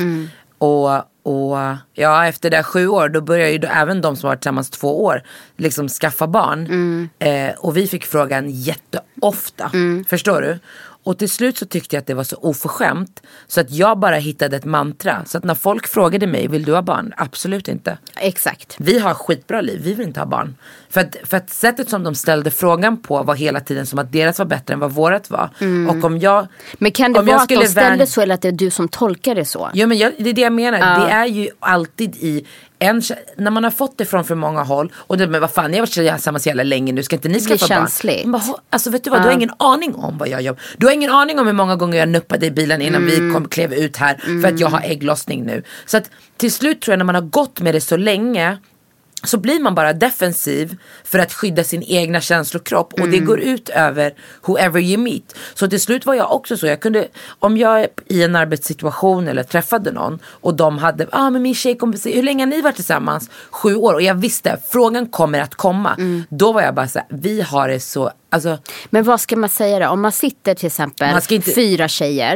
Och ja, efter det 7 år, då börjar ju även de som varit tillsammans 2 år liksom skaffa barn. Och vi fick frågan jätteofta, förstår du? Och till slut så tyckte jag att det var så oförskämt, så att jag bara hittade ett mantra. Så att när folk frågade mig, vill du ha barn? Absolut inte. Exakt. Vi har skitbra liv, vi vill inte ha barn. För att sättet som de ställde frågan på var hela tiden som att deras var bättre än vad vårat var. Och om jag... Men kan det vara att de ställde så, eller att det är du som tolkar det så? Ja, men det är det jag menar. Det är ju alltid i... när man har fått det från för många håll och men vad fan, jag har varit tillsammans jävla länge nu, ska inte ni skaffa barn? Känsligt. Bara, alltså vet du vad, du har ingen aning om vad jag gör. Du har ingen aning om hur många gånger jag nuppade i bilen innan vi klev ut här för att jag har ägglossning nu. Så att till slut tror jag, när man har gått med det så länge, så blir man bara defensiv för att skydda sin egna känslokropp. Och det går ut över whoever you meet. Så till slut var jag också så. Jag kunde, om jag i en arbetssituation eller träffade någon och de hade, men min tjejkompis, hur länge har ni varit tillsammans? 7 år. Och jag visste, frågan kommer att komma. Då var jag bara så här, vi har det så... Alltså, men vad ska man säga då? Om man sitter till exempel 4 tjejer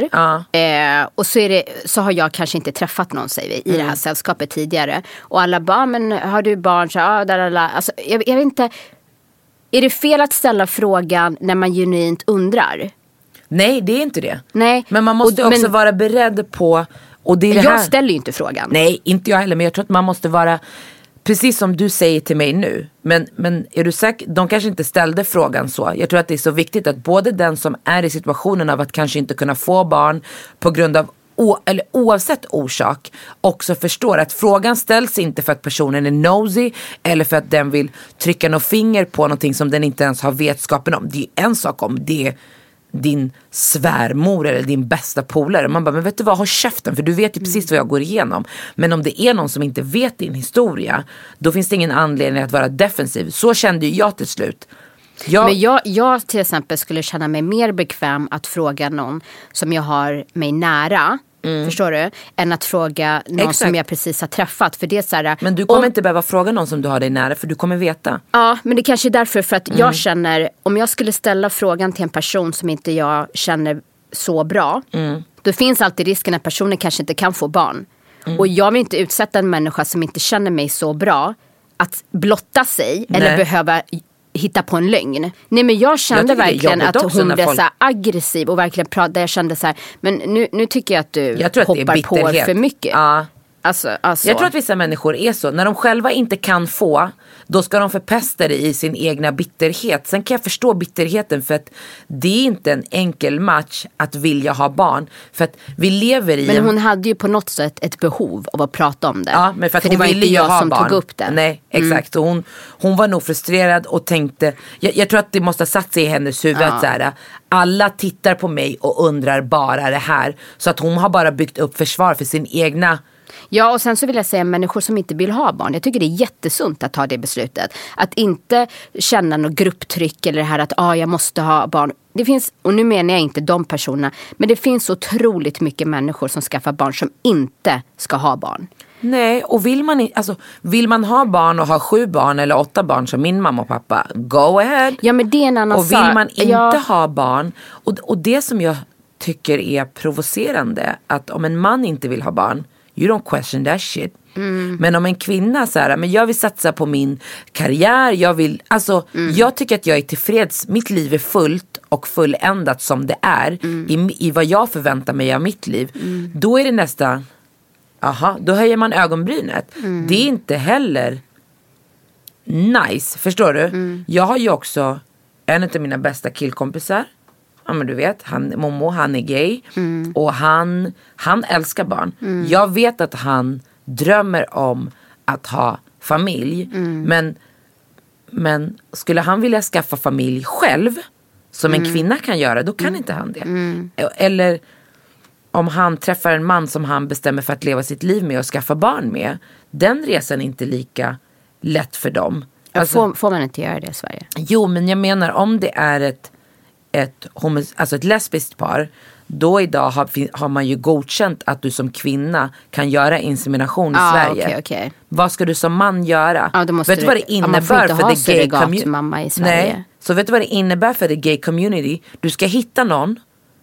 och så har jag kanske inte träffat någon, säger vi, i det här sällskapet tidigare. Och alla bara, men har du barn? Så, alltså, jag vet inte, är det fel att ställa frågan när man genuint undrar? Nej, det är inte det. Nej. Men man måste också vara beredd på... Och det är det jag här. ställer ju inte frågan. Nej, inte jag heller. Men jag tror att man måste vara... Precis som du säger till mig nu. Men är du säker? De kanske inte ställde frågan så. Jag tror att det är så viktigt att både den som är i situationen av att kanske inte kunna få barn på grund av eller oavsett orsak också förstår att frågan ställs inte för att personen är nosy eller för att den vill trycka något finger på någonting som den inte ens har vetskapen om. Det är en sak om det är din svärmor eller din bästa polare. Man bara, men vet du vad, håll käften, för du vet ju precis vad jag går igenom. Men om det är någon som inte vet din historia, då finns det ingen anledning att vara defensiv. Så kände ju jag till slut. Men jag till exempel skulle känna mig mer bekväm att fråga någon som jag har mig nära, förstår du, än att fråga någon som jag precis har träffat. För det är så här, men du kommer inte behöva fråga någon som du har dig nära, för du kommer veta. Ja, men det kanske är därför, för att jag känner, om jag skulle ställa frågan till en person som inte jag känner så bra, då finns alltid risken att personen kanske inte kan få barn. Och jag vill inte utsätta en människa som inte känner mig så bra att blotta sig eller behöva hitta på en lögn. Nej, men jag kände verkligen att hon blev så aggressiv och verkligen pratade. Jag kände så här, men nu tycker jag att du hoppar på för mycket. Ja. Alltså. Jag tror att vissa människor är så. När de själva inte kan få, då ska de förpesta det i sin egna bitterhet. Sen kan jag förstå bitterheten, för att det är inte en enkel match att vilja ha barn. För att vi lever i... Men hon hade ju på något sätt ett behov av att prata om det. Ja, men för att hon det var ville inte ju jag ha som barn. tog upp det. Nej, exakt. Så hon var nog frustrerad och tänkte... Jag tror att det måste ha satt sig i hennes huvud att så här, alla tittar på mig och undrar bara det här. Så att hon har bara byggt upp försvar för sin egna... Ja, och sen så vill jag säga, människor som inte vill ha barn, jag tycker det är jättesunt att ta det beslutet. Att inte känna något grupptryck eller det här att jag måste ha barn. Det finns, och nu menar jag inte de personerna, men det finns otroligt mycket människor som skaffar barn som inte ska ha barn. Nej, och vill man ha barn och ha 7 barn eller 8 barn som min mamma och pappa, go ahead. Ja, men det är en annan sak. Och vill man inte ha barn, och det som jag tycker är provocerande, att om en man inte vill ha barn, you don't question that shit. Men om en kvinna så här, men jag vill satsa på min karriär, jag tycker att jag är tillfreds, mitt liv är fullt och fulländat som det är i vad jag förväntar mig av mitt liv. Då är det nästan, då höjer man ögonbrynet. Det är inte heller nice, förstår du? Jag har ju också en av mina bästa killkompisar. Ja, men du vet, Momo, han är gay. Och han älskar barn. Jag vet att han drömmer om att ha familj. Men Men skulle han vilja skaffa familj själv, som en kvinna kan göra, då kan inte han det. Eller om han träffar en man som han bestämmer för att leva sitt liv med och skaffa barn med, den resan är inte lika lätt för dem. Alltså, får man inte göra det i Sverige? Jo, men jag menar om det är ett lesbiskt par, då idag har man ju godkänt att du som kvinna kan göra insemination i Sverige. Okay. Vad ska du som man göra? Vet du vad det innebär för the gay community? Mamma i Sverige. Nej, så vet du vad det innebär för the gay community? Du ska hitta någon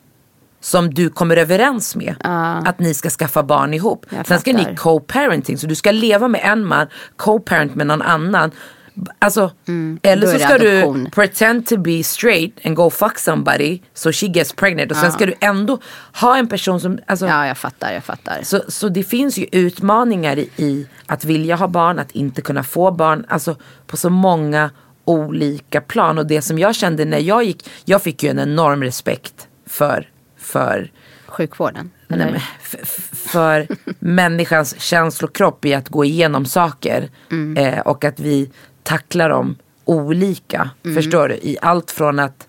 som du kommer överens med att ni ska skaffa barn ihop. Sen ska ni co-parenting, så du ska leva med en man, co-parent med någon annan. Alltså, eller så ska du pretend to be straight and go fuck somebody so she gets pregnant. Och sen ska du ändå ha en person som... Alltså, ja, jag fattar. Så det finns ju utmaningar i att vilja ha barn, att inte kunna få barn. Alltså på så många olika plan. Och det som jag kände när jag fick ju en enorm respekt för sjukvården. Nej, för människans känslokropp i att gå igenom saker. Och att vi tacklar dem olika. Förstår du? I allt från att...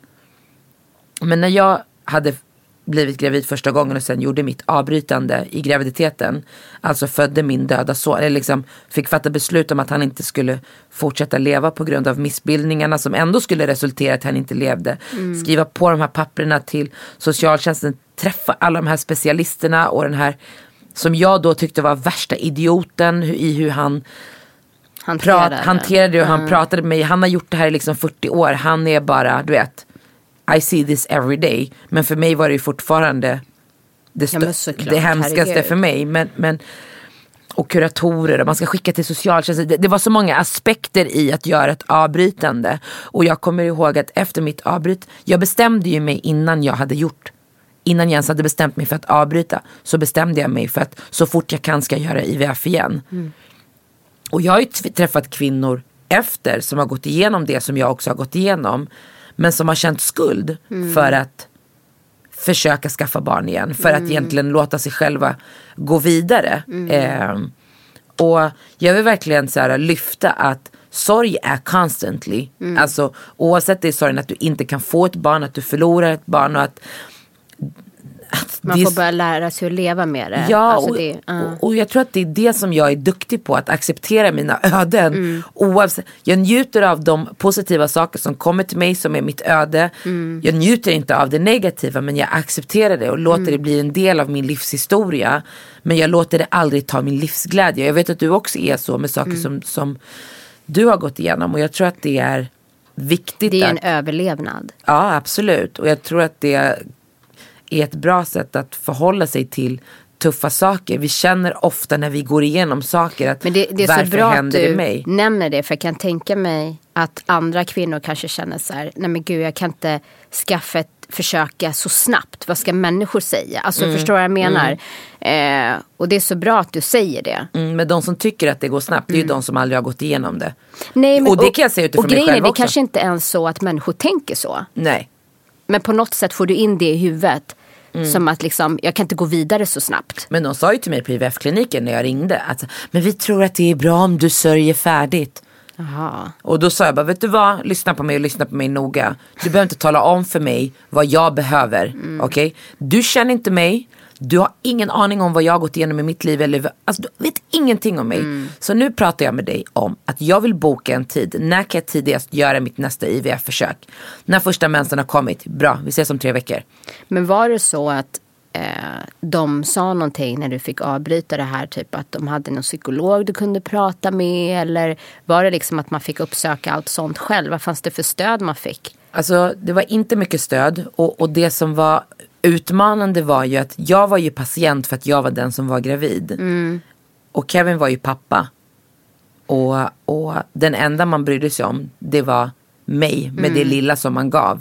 Men när jag hade blivit gravid första gången och sen gjorde mitt avbrytande i graviditeten, alltså födde min döda son, eller liksom fick fatta beslut om att han inte skulle fortsätta leva på grund av missbildningarna som ändå skulle resultera att han inte levde. Skriva på de här papperna till socialtjänsten, träffa alla de här specialisterna och den här som jag då tyckte var värsta idioten i hur han hanterade det och han pratade med mig. Han har gjort det här i liksom 40 år. Han är bara, du vet, I see this every day. Men för mig var det ju fortfarande det hemskaste herregud. För mig. Men och kuratorer och man ska skicka till socialtjänsten. Det var så många aspekter i att göra ett avbrytande. Och jag kommer ihåg att efter mitt avbryt, jag bestämde ju mig innan jag ens hade bestämt mig för att avbryta, så bestämde jag mig för att så fort jag kan ska jag göra IVF igen. Och jag har ju träffat kvinnor efter som har gått igenom det som jag också har gått igenom, men som har känt skuld för att försöka skaffa barn igen, för att egentligen låta sig själva gå vidare. Och jag vill verkligen så här lyfta att sorg är constantly. Alltså oavsett det är sorgen att du inte kan få ett barn, att du förlorar ett barn och att man får börja lära sig att leva med det. Ja, alltså och jag tror att det är det som jag är duktig på, att acceptera mina öden. Oavsett, jag njuter av de positiva saker som kommer till mig som är mitt öde. Jag njuter inte av det negativa, men jag accepterar det och låter det bli en del av min livshistoria. Men jag låter det aldrig ta min livsglädje. Jag vet att du också är så med saker som du har gått igenom, och jag tror att det är viktigt. Det är en överlevnad. Ja, absolut. Och jag tror att det är ett bra sätt att förhålla sig till tuffa saker. Vi känner ofta när vi går igenom saker att men det är varför så bra händer att du det mig? Nämner det, för jag kan tänka mig att andra kvinnor kanske känner så här: nej men gud, jag kan inte försöka så snabbt. Vad ska människor säga? Alltså förstår vad jag menar? Och det är så bra att du säger det. Men de som tycker att det går snabbt, det är ju de som aldrig har gått igenom det. Nej, men, och det kan jag säga utifrån mig själv också. Och det kanske inte ens så att människor tänker så. Nej. Men på något sätt får du in det i huvudet. Som att liksom, jag kan inte gå vidare så snabbt. Men de sa ju till mig på IVF-kliniken när jag ringde att, men vi tror att det är bra om du sörjer färdigt. Aha. Och då sa jag bara, vet du vad, lyssna på mig noga. Du behöver inte tala om för mig vad jag behöver. Okej? Du känner inte mig. Du har ingen aning om vad jag har gått igenom i mitt liv. Alltså, du vet ingenting om mig. Så nu pratar jag med dig om att jag vill boka en tid. När kan jag tidigast göra mitt nästa IVF-försök? När första mensen har kommit. Bra, vi ses om 3 veckor. Men var det så att de sa någonting när du fick avbryta det här? Typ att de hade någon psykolog du kunde prata med? Eller var det liksom att man fick uppsöka allt sånt själv? Vad fanns det för stöd man fick? Alltså det var inte mycket stöd. Och det som var utmanande var ju att jag var ju patient för att jag var den som var gravid. Och Kevin var ju pappa. Och den enda man brydde sig om, det var mig med det lilla som man gav.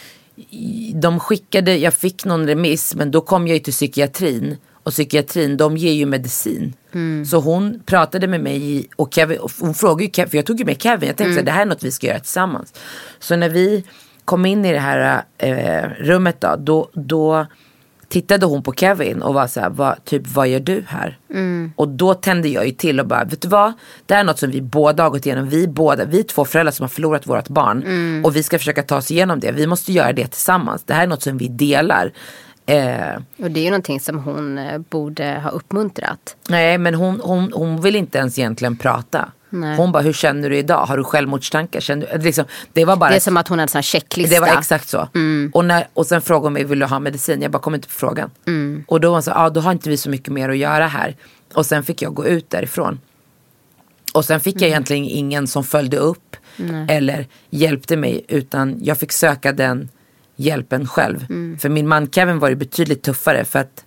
Jag fick någon remiss, men då kom jag ju till psykiatrin. Och psykiatrin, de ger ju medicin. Så hon pratade med mig och Kevin, och hon frågade ju Kevin, för jag tog ju med Kevin. Jag tänkte att det här är något vi ska göra tillsammans. Så när vi kom in i det här rummet då tittade hon på Kevin och var så här, vad gör du här? Och då tände jag ju till och bara, vet du vad? Det är något som vi båda har gått igenom. Vi 2 föräldrar som har förlorat vårt barn. Och vi ska försöka ta oss igenom det. Vi måste göra det tillsammans. Det här är något som vi delar. Och det är ju någonting som hon borde ha uppmuntrat. Nej, men hon vill inte ens egentligen prata. Nej. Hon bara, hur känner du idag? Har du självmordstankar? Liksom, det var bara... Det är som att hon hade en sån här checklista. Det var exakt så. Och sen frågade hon mig, vill du ha medicin? Jag bara, kom inte på frågan. Och då var hon så, då har inte vi så mycket mer att göra här. Och sen fick jag gå ut därifrån. Och sen fick jag egentligen ingen som följde upp eller hjälpte mig, utan jag fick söka den hjälpen själv. För min man Kevin var ju betydligt tuffare, för att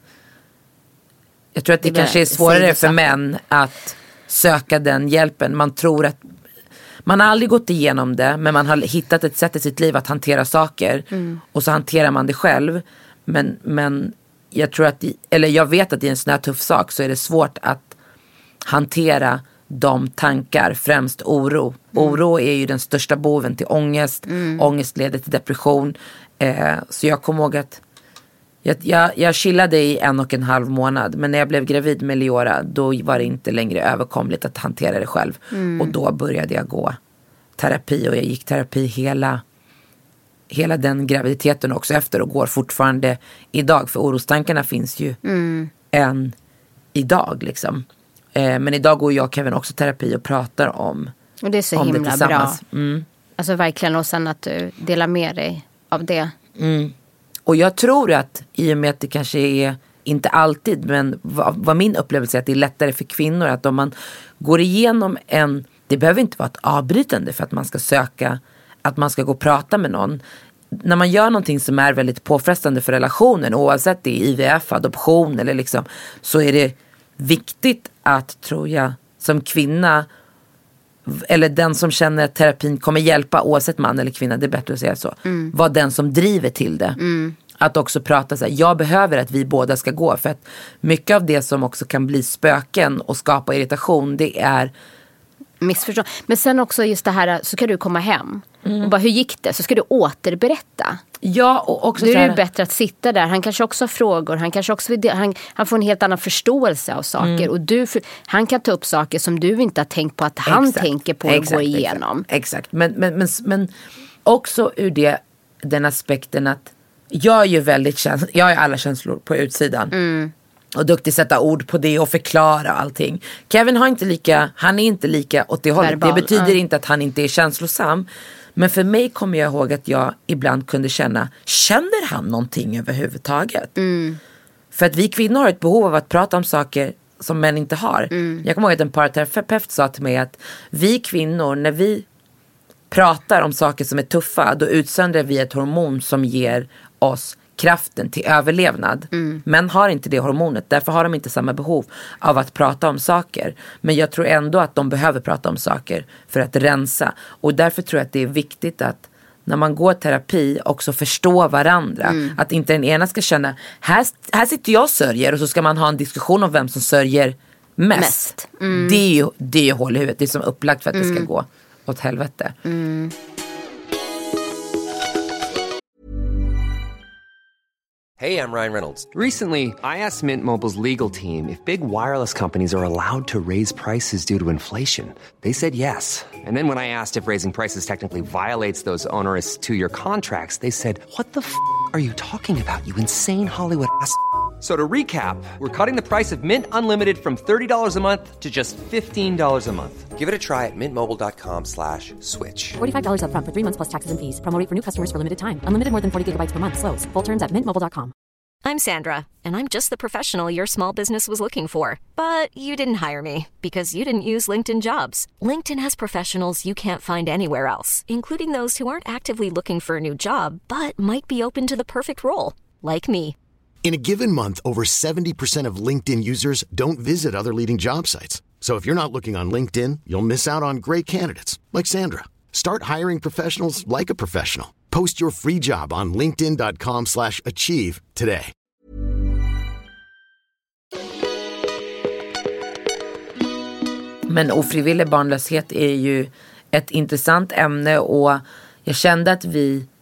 jag tror att det kanske är svårare för män att söka den hjälpen. Man tror att man har aldrig gått igenom det, men man har hittat ett sätt i sitt liv att hantera saker och så hanterar man det själv. Men jag tror att, eller jag vet att i en sån här tuff sak så är det svårt att hantera de tankar, främst oro. Oro är ju den största boven till ångest. Ångest leder till depression. Så jag kommer ihåg att jag chillade i 1,5 månad. Men när jag blev gravid med Leora, då var det inte längre överkomligt att hantera det själv. Och då började jag gå terapi. Och jag gick terapi hela den graviditeten också efter. Och går fortfarande idag. För orostankarna finns ju än idag liksom. Men idag går jag och Kevin också terapi och pratar om det. Och det är så himla bra. Alltså verkligen, och sen att du delar med dig av det. Och jag tror att i och med att det kanske är, inte alltid, men vad min upplevelse är att det är lättare för kvinnor att om man går igenom det behöver inte vara ett avbrytande för att man ska söka, att man ska gå och prata med någon. När man gör någonting som är väldigt påfrestande för relationen, oavsett det är IVF, adoption eller liksom, så är det viktigt att, tror jag, som kvinna eller den som känner att terapin kommer hjälpa, oavsett man eller kvinna, det är bättre att säga så, var den som driver till det. Att också prata så här, jag behöver att vi båda ska gå, för att mycket av det som också kan bli spöken och skapa irritation, det är missförstånd. Men sen också just det här, så kan du komma hem och bara, hur gick det? Så ska du återberätta. Ja, och också då är det bättre att sitta där. Han kanske också har frågor. Han kanske också han får en helt annan förståelse av saker. Och han kan ta upp saker som du inte har tänkt på att han tänker på och gå igenom. Exakt. Men också ur den aspekten att jag är ju väldigt jag har alla känslor på utsidan. Och duktig sätta ord på det och förklara allting. Kevin han är inte lika åt det hållet. Verbal, det betyder inte att han inte är känslosam. Men för mig kommer jag ihåg att jag ibland kunde känner han någonting överhuvudtaget? För att vi kvinnor har ett behov av att prata om saker som män inte har. Jag kommer ihåg att en parterapeut sa till mig att vi kvinnor, när vi pratar om saker som är tuffa, då utsöndrar vi ett hormon som ger oss kraften till överlevnad. Män har inte det hormonet, därför har de inte samma behov av att prata om saker. Men jag tror ändå att de behöver prata om saker för att rensa. Och därför tror jag att det är viktigt att när man går terapi också förstå varandra. Att inte den ena ska känna, här sitter jag och sörjer, och så ska man ha en diskussion om vem som sörjer mest. Det är ju hål i huvudet. Det är som upplagt för att det ska gå åt helvete. Hey, I'm Ryan Reynolds. Recently, I asked Mint Mobile's legal team if big wireless companies are allowed to raise prices due to inflation. They said yes. And then when I asked if raising prices technically violates those onerous 2-year contracts, they said, what the f*** are you talking about, you insane Hollywood ass? So to recap, we're cutting the price of Mint Unlimited from $30 a month to just $15 a month. Give it a try at mintmobile.com/switch. $45 up front for 3 months plus taxes and fees. Promo rate for new customers for limited time. Unlimited more than 40 gigabytes per month. Slows full terms at mintmobile.com. I'm Sandra, and I'm just the professional your small business was looking for. But you didn't hire me because you didn't use LinkedIn Jobs. LinkedIn has professionals you can't find anywhere else, including those who aren't actively looking for a new job, but might be open to the perfect role, like me. In a given month, over 70% of LinkedIn users don't visit other leading job sites. So if you're not looking on LinkedIn, you'll miss out on great candidates like Sandra. Start hiring professionals like a professional. Post your free job on linkedin.com/achieve today. Men ofrivillig barnlöshet är ju ett intressant ämne, och jag kände att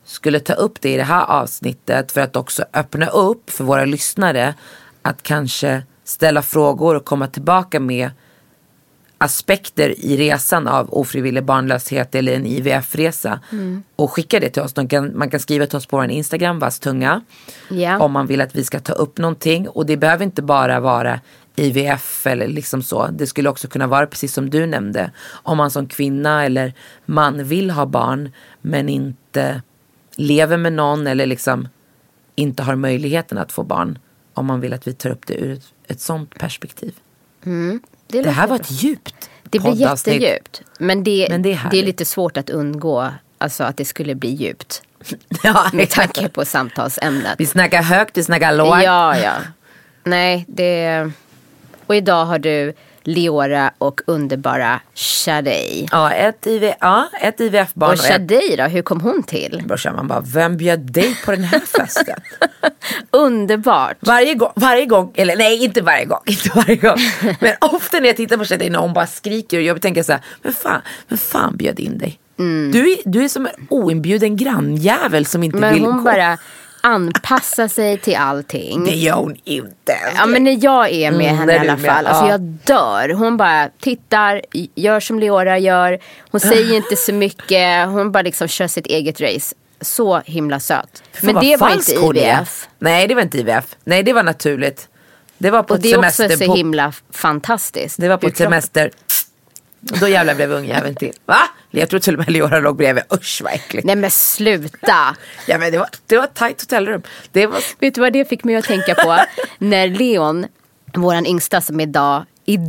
skulle ta upp det i det här avsnittet för att också öppna upp för våra lyssnare att kanske ställa frågor och komma tillbaka med aspekter i resan av ofrivillig barnlöshet eller en IVF-resa och skicka det till oss. Man kan skriva till oss på vår Instagram, Vasstunga, om man vill att vi ska ta upp någonting. Och det behöver inte bara vara IVF eller liksom så. Det skulle också kunna vara precis som du nämnde. Om man som kvinna eller man vill ha barn men inte lever med någon eller liksom inte har möjligheten att få barn. Om man vill att vi tar upp det ur ett sånt perspektiv. Det här var ett djupt Det blir poddavsnitt. jättedjupt. Men det är är lite svårt att undgå, alltså att det skulle bli djupt. Ja, Med tanke på samtalsämnet. vi snackar högt, vi snackar lågt. Ja. Nej, och idag har du Leora och underbara Shadej. Ja, ett IVF-barn. Och Shadej då, hur kom hon till? Brorsan, man bara, vem bjöd dig på den här festen? Underbart. Varje gång, eller nej, inte varje gång. Men ofta när jag tittar på Shadej när hon bara skriker och jag tänker så här, men fan bjöd in dig? Du är som en oinbjuden grannjävel som inte Men vill hon gå. bara anpassa sig till allting. Det gör hon inte. Ja, men när jag är med henne i alla fall, alltså jag dör. Hon bara tittar, gör som Leora gör. Hon säger inte så mycket. Hon bara liksom kör sitt eget race. Så himla söt. Men det var inte IVF. Nej, det var inte IVF. Nej, det var naturligt. Det var på Och ett det är semester. också så himla fantastiskt. Det var på ett semester. Då jävlar blev ungjäveln till. Va? Jag tror till och med Leora låg bredvid. Usch, vad äckligt. Nej men sluta. Ja, men det var ett tajt hotellrum. Vet du vad det fick mig att tänka på? När Leon, våran yngsta som idag.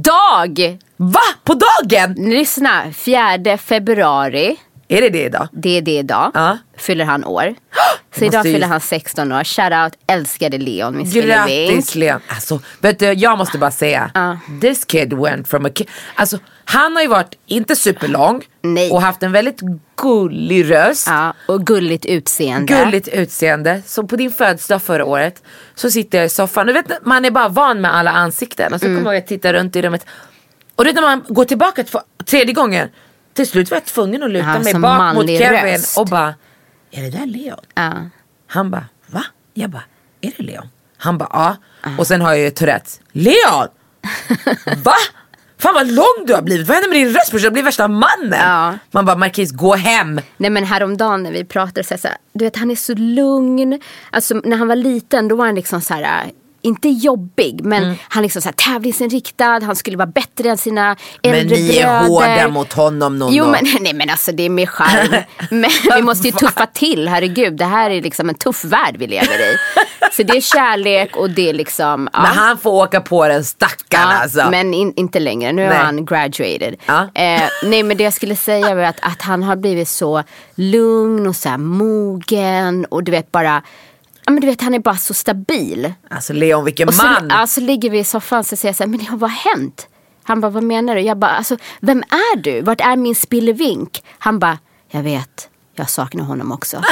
Va? På dagen? Lyssna, 4 februari. Är det idag? Det är det idag. Ja. Fyller han år. Så idag fyller han 16 år. Shoutout, älskade Leon, min Grattis Leon. Alltså, vet du, jag måste bara säga. This kid went from a kid. Alltså, han har ju varit inte superlång. Nej. Och haft en väldigt gullig röst. Ja, och gulligt utseende. Så på din födelsedag förra året så sitter jag i soffan. Du vet, man är bara van med alla ansikten. Och så kommer jag att titta runt i rummet. Och när man går tillbaka tredje gången, till slut var jag tvungen att luta mig bak mot Kevin röst. och bara, är det där Leon? Ja. Han bara, va? Jag bara, är det Leon? Han bara, ja. Och sen har jag ju Tourettes. Leon! Va? Fan vad lång du har blivit. Vad händer med din röst? Jag blir värsta mannen. Ja. Man bara, Marquis, gå hem. Nej men häromdagen när vi pratade så här, du vet han är så lugn. Alltså när han var liten då var han liksom så här, inte jobbig, men han liksom så här tävlingsinriktad. Han skulle vara bättre än sina äldre bröder. Men ni är hårda mot honom någon. Jo men alltså det är med charm. Men vi måste ju tuffa till, herregud. Det här är liksom en tuff värld vi lever i. Så det är kärlek och det är liksom Men han får åka på den stackaren alltså. Men inte längre, nu är han graduated. Nej men det jag skulle säga var att han har blivit så lugn och så här mogen. Och du vet bara, ja men du vet han är bara så stabil. Alltså Leon, vilken och man. Alltså ligger vi i soffan så säger jag så här, men Leon, vad har hänt? Han bara, vad menar du? Jag bara, alltså vem är du? Vart är min spillevink? Han bara, jag vet, jag saknar honom också.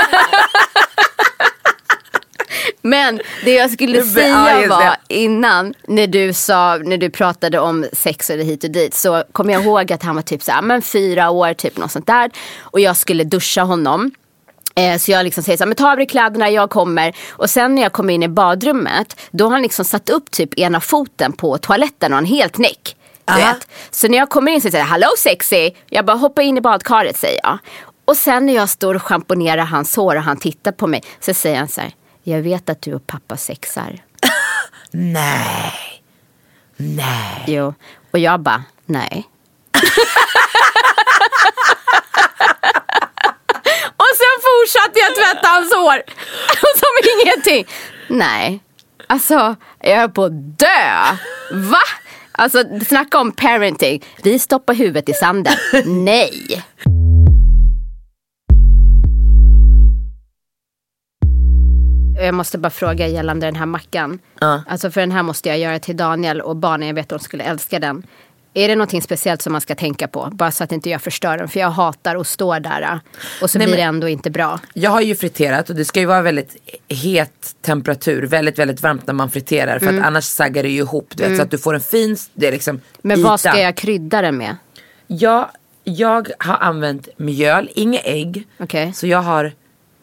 Men det jag skulle säga var innan när du pratade om sex eller hit och dit, så kom jag ihåg att han var typ så här, men 4 år typ något sånt där, och jag skulle duscha honom. Så jag liksom säger så här, men ta av dig kläderna, jag kommer. Och sen när jag kommer in i badrummet, då har han liksom satt upp typ ena foten på toaletten och han helt näck. Du vet. Så när jag kommer in så säger jag, hallå sexy. Jag bara hoppar in i badkaret, säger jag. Och sen när jag står och schamponerar hans hår och han tittar på mig, så säger han så här, jag vet att du och pappa sexar. Nej. Jo, och jag bara, nej. Och sen fortsatte jag tvätta hans hår. Som ingenting. Nej. Alltså, jag är på att dö. Va? Alltså, snacka om parenting. Vi stoppar huvudet i sanden. Nej. Jag måste bara fråga gällande den här mackan. Alltså för den här måste jag göra till Daniel och barnen, jag vet att de skulle älska den. Är det någonting speciellt som man ska tänka på? Bara så att inte jag förstör den. För jag hatar att stå där. Och så blir det ändå inte bra. Jag har ju friterat och det ska ju vara väldigt het temperatur. Väldigt, väldigt varmt när man friterar. För att annars saggar det ju ihop. Du vet, så att du får en fin, det är liksom men yta. Vad ska jag krydda den med? Jag har använt mjöl, inga ägg. Okay. Så jag har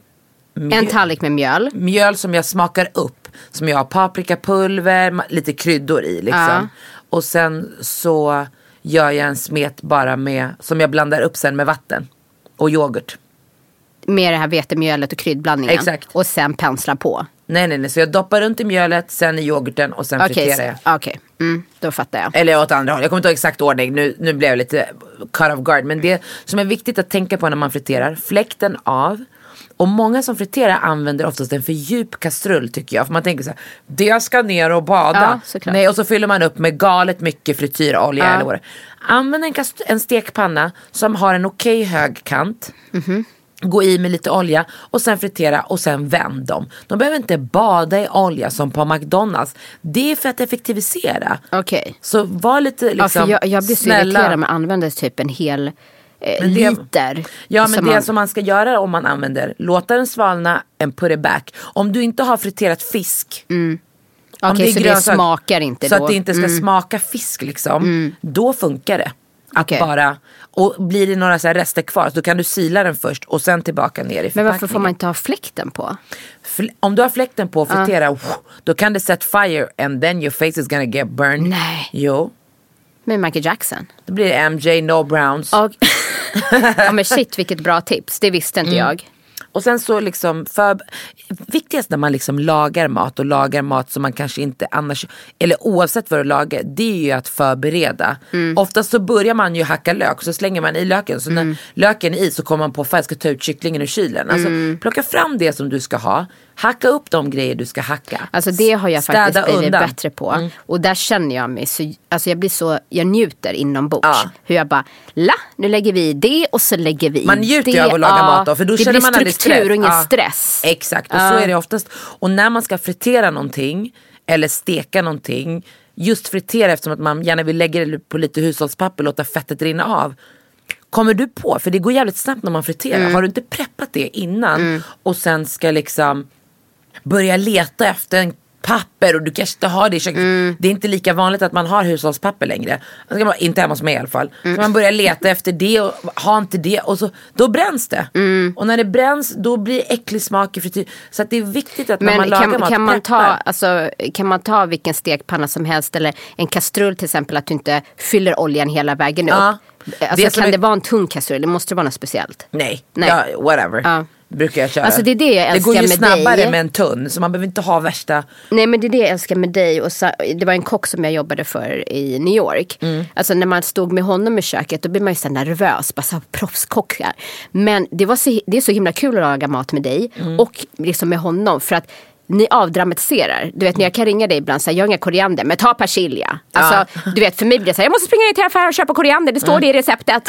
En tallrik med mjöl. Mjöl som jag smakar upp. Som jag har paprikapulver, lite kryddor i liksom. Och sen så gör jag en smet bara med, som jag blandar upp sen med vatten och yoghurt. Med det här vetemjölet och kryddblandningen. Exakt. Och sen pensla på. Nej, så jag doppar runt i mjölet, sen i yoghurten och sen friterar jag. Okej, då fattar jag. Eller åt andra håll, jag kommer inte ihåg exakt ordning. Nu blev jag lite cut off guard. Men det som är viktigt att tänka på när man friterar, fläkten av. Och många som friterar använder oftast en för djup kastrull tycker jag. För man tänker så här, det ska ner och bada. Nej, och så fyller man upp med galet mycket frityrolja eller vad det. Använd en stekpanna som har en okej hög kant. Gå i med lite olja och sen fritera och sen vänd dem. De behöver inte bada i olja som på McDonalds. Det är för att effektivisera. Okej. Så var lite liksom för jag blir så irriterad med använder typ en hel liter. Ja, men det som man ska göra om man använder, låta den svalna and put it back. Om du inte har friterat fisk. Okej, så det smakar inte så då. att det inte ska smaka fisk liksom. Då funkar det. Okej. Bara, och blir det några så här rester kvar, då kan du sila den först och sen tillbaka ner i förpackningen. Men varför får man inte ha fläkten på? Om du har fläkten på och fritera, då kan det set fire and then your face is gonna get burned. Nej. Jo. Med Michael Jackson. Då blir det MJ, no browns. Ja, men shit, vilket bra tips. Det visste inte jag. Och sen så liksom viktigast när man liksom lagar mat som man kanske inte annars, eller oavsett vad du lagar, det är ju att förbereda. Oftast så börjar man ju hacka lök, så slänger man i löken, så när löken är i så kommer man på att jag ska ta ut kycklingen ur kylen. Alltså plocka fram det som du ska ha, hacka upp de grejer du ska hacka. Alltså det har jag faktiskt blivit bättre på. Och där känner jag mig så, alltså jag njuter inombords. Hur jag bara, nu lägger vi det och så lägger vi man njuter ju av att laga mat då, för då känner man aldrig stress. Det blir struktur och ingen stress. Exakt, och så är det oftast. Och när man ska fritera någonting eller steka någonting, just fritera eftersom att man gärna vill lägga det på lite hushållspapper och låta fettet rinna av. Kommer du på, för det går jävligt snabbt när man friterar. Har du inte preppat det innan och sen ska liksom börja leta efter en papper och du kanske inte har det i köket. Det är inte lika vanligt att man har hushållspapper längre. Inte hemma hos mig i alla fall. Så man börjar leta efter det och har inte det och så, då bränns det. Och när det bränns, då blir det äcklig smak i frityr. Så att det är viktigt att när man lagar mat kan man ta vilken stekpanna som helst eller en kastrull till exempel, att du inte fyller oljan hela vägen upp. Alltså, kan det vara en tung kastrull? Det måste vara något speciellt. Nej. Ja, whatever. Brukar jag köra. Alltså det är det jag älskar med dig. Det går ju snabbare med en tunn, så man behöver inte ha värsta. Nej, men det är det jag älskar med dig. Och så, det var en kock som jag jobbade för i New York. Alltså när man stod med honom i köket, då blir man ju så nervös, bara så proffskockar. Men det är så himla kul att laga mat med dig och liksom med honom, för att ni avdramatiserar. Du vet, när jag kan ringa dig ibland så här, jag har inga koriander, men ta persilja. Alltså, du vet, för mig blir det så här, jag måste springa ner till affären och köpa koriander, det står det i receptet.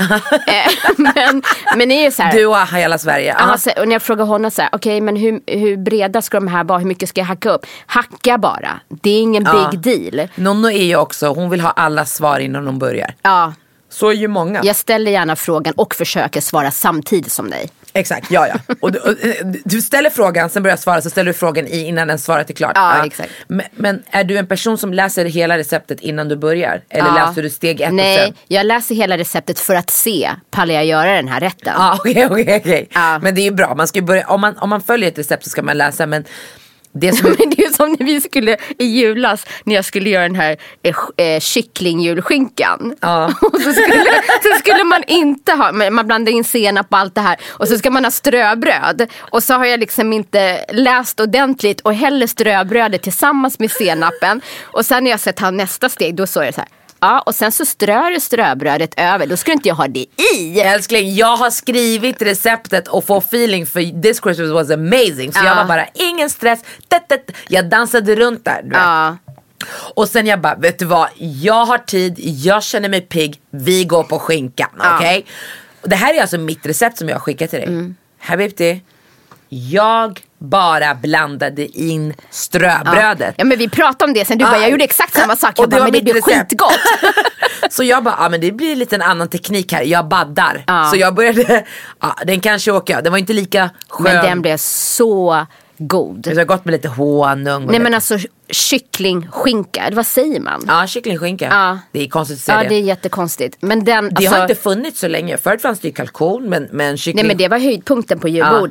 men det är ju så här. Du och hela Sverige. Alltså, och när jag frågar honom så här, okej, men hur breda ska de här vara? Hur mycket ska jag hacka upp? Hacka bara. Det är ingen big deal. Nonno är ju också, hon vill ha alla svar innan hon börjar. Ja. Så är ju många. Jag ställer gärna frågan och försöker svara samtidigt som dig. Exakt, ja. Och du ställer frågan, sen börjar jag svara, så ställer du frågan innan den svaret är klart. Ja, exakt. Men är du en person som läser hela receptet innan du börjar? Eller läser du steg 1 och sen? Nej, jag läser hela receptet för att se, pallar jag göra den här rätten? Okej. Men det är ju bra, man ska ju börja, om man följer ett recept så ska man läsa, men det är som när vi skulle i julas, när jag skulle göra den här kycklingjulskinkan. Och så skulle man inte ha, man blandar in senap på allt det här, och så ska man ha ströbröd, och så har jag liksom inte läst ordentligt och heller ströbrödet tillsammans med senapen, och sen när jag sett nästa steg, då så är det så här. Ja, och sen så strör du ströbrödet över. Då skulle inte jag ha det i. Älskling, jag har skrivit receptet och får feeling för this Christmas was amazing. Så jag var bara, ingen stress. Jag dansade runt där, du vet. Och sen jag bara, vet du vad, jag har tid, jag känner mig pigg, vi går på skinkan, okej? Det här är alltså mitt recept som jag har skickat till dig. Habibti, jag bara blandade in ströbrödet. Ja, men vi pratade om det sen, du bara, jag gjorde exakt samma sak. Jag bara, men det blir skitgott. Så jag bara, men det blir lite en annan teknik här. Jag baddar. Så jag började, den kanske åker. Den var inte lika skön. Men den blev så god. Det har gått med lite honung. Nej, men alltså kycklingskinka, vad säger man? Ja, kycklingskinka. Det är konstigt att säga det. Ja, det är jättekonstigt. Men det har inte funnits så länge. Förut fanns det ju kalkon, men kyckling... Nej, men det var höjdpunkten på julbordet.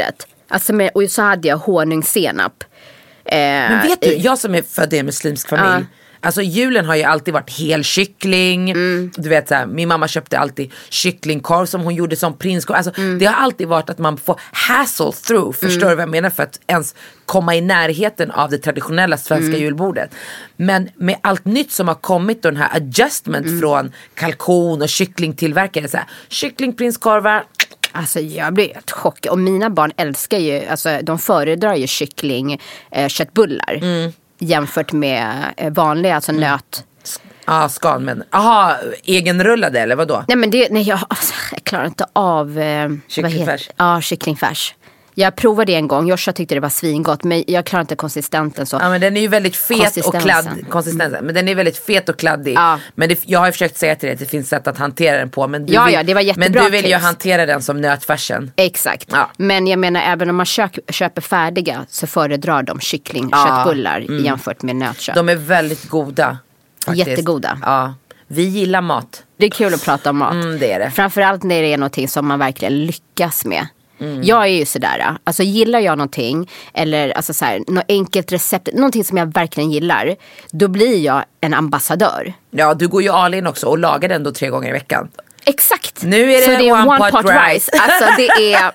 Alltså och så hade jag honungssenap. Men vet du, jag som är född i en muslimsk familj, alltså julen har ju alltid varit helkyckling. Du vet så här, min mamma köpte alltid kycklingkorv som hon gjorde som prinskorv. Alltså det har alltid varit att man får hassle through. Förstår du vad jag menar? För att ens komma i närheten av det traditionella svenska julbordet. Men med allt nytt som har kommit, den här adjustment från kalkon och kycklingtillverkare, så här, kycklingprinskorvar. Alltså jag blir helt chockad. Och mina barn älskar ju, alltså de föredrar ju köttbullar jämfört med vanliga, alltså nöt. Ja, skal, men egenrullade eller vadå? Nej men jag klarar inte av kycklingfärs. Ja, kycklingfärs. Jag provade det en gång. Joshua tyckte det var svingott, men jag klarar inte konsistensen så. Ja, men den är ju väldigt fet och konsistensen. Men den är väldigt fet och kladdig. Ja. Men jag har ju försökt säga till dig att det finns sätt att hantera den på. Men det var jättebra. Men du vill ju hantera den som nötfärsen. Exakt. Ja. Men jag menar, även om man köper färdiga så föredrar de kycklingköttbullar jämfört med nötkött. De är väldigt goda. Faktiskt. Jättegoda. Ja. Vi gillar mat. Det är kul att prata om mat. Det är det. Framförallt när det är någonting som man verkligen lyckas med. Jag är ju sådär, alltså gillar jag någonting eller alltså så här, något enkelt recept, någonting som jag verkligen gillar, då blir jag en ambassadör. Ja, du går ju all in också och lagar den då 3 gånger i veckan. Exakt. Nu är det, så det är one pot rice. Alltså det är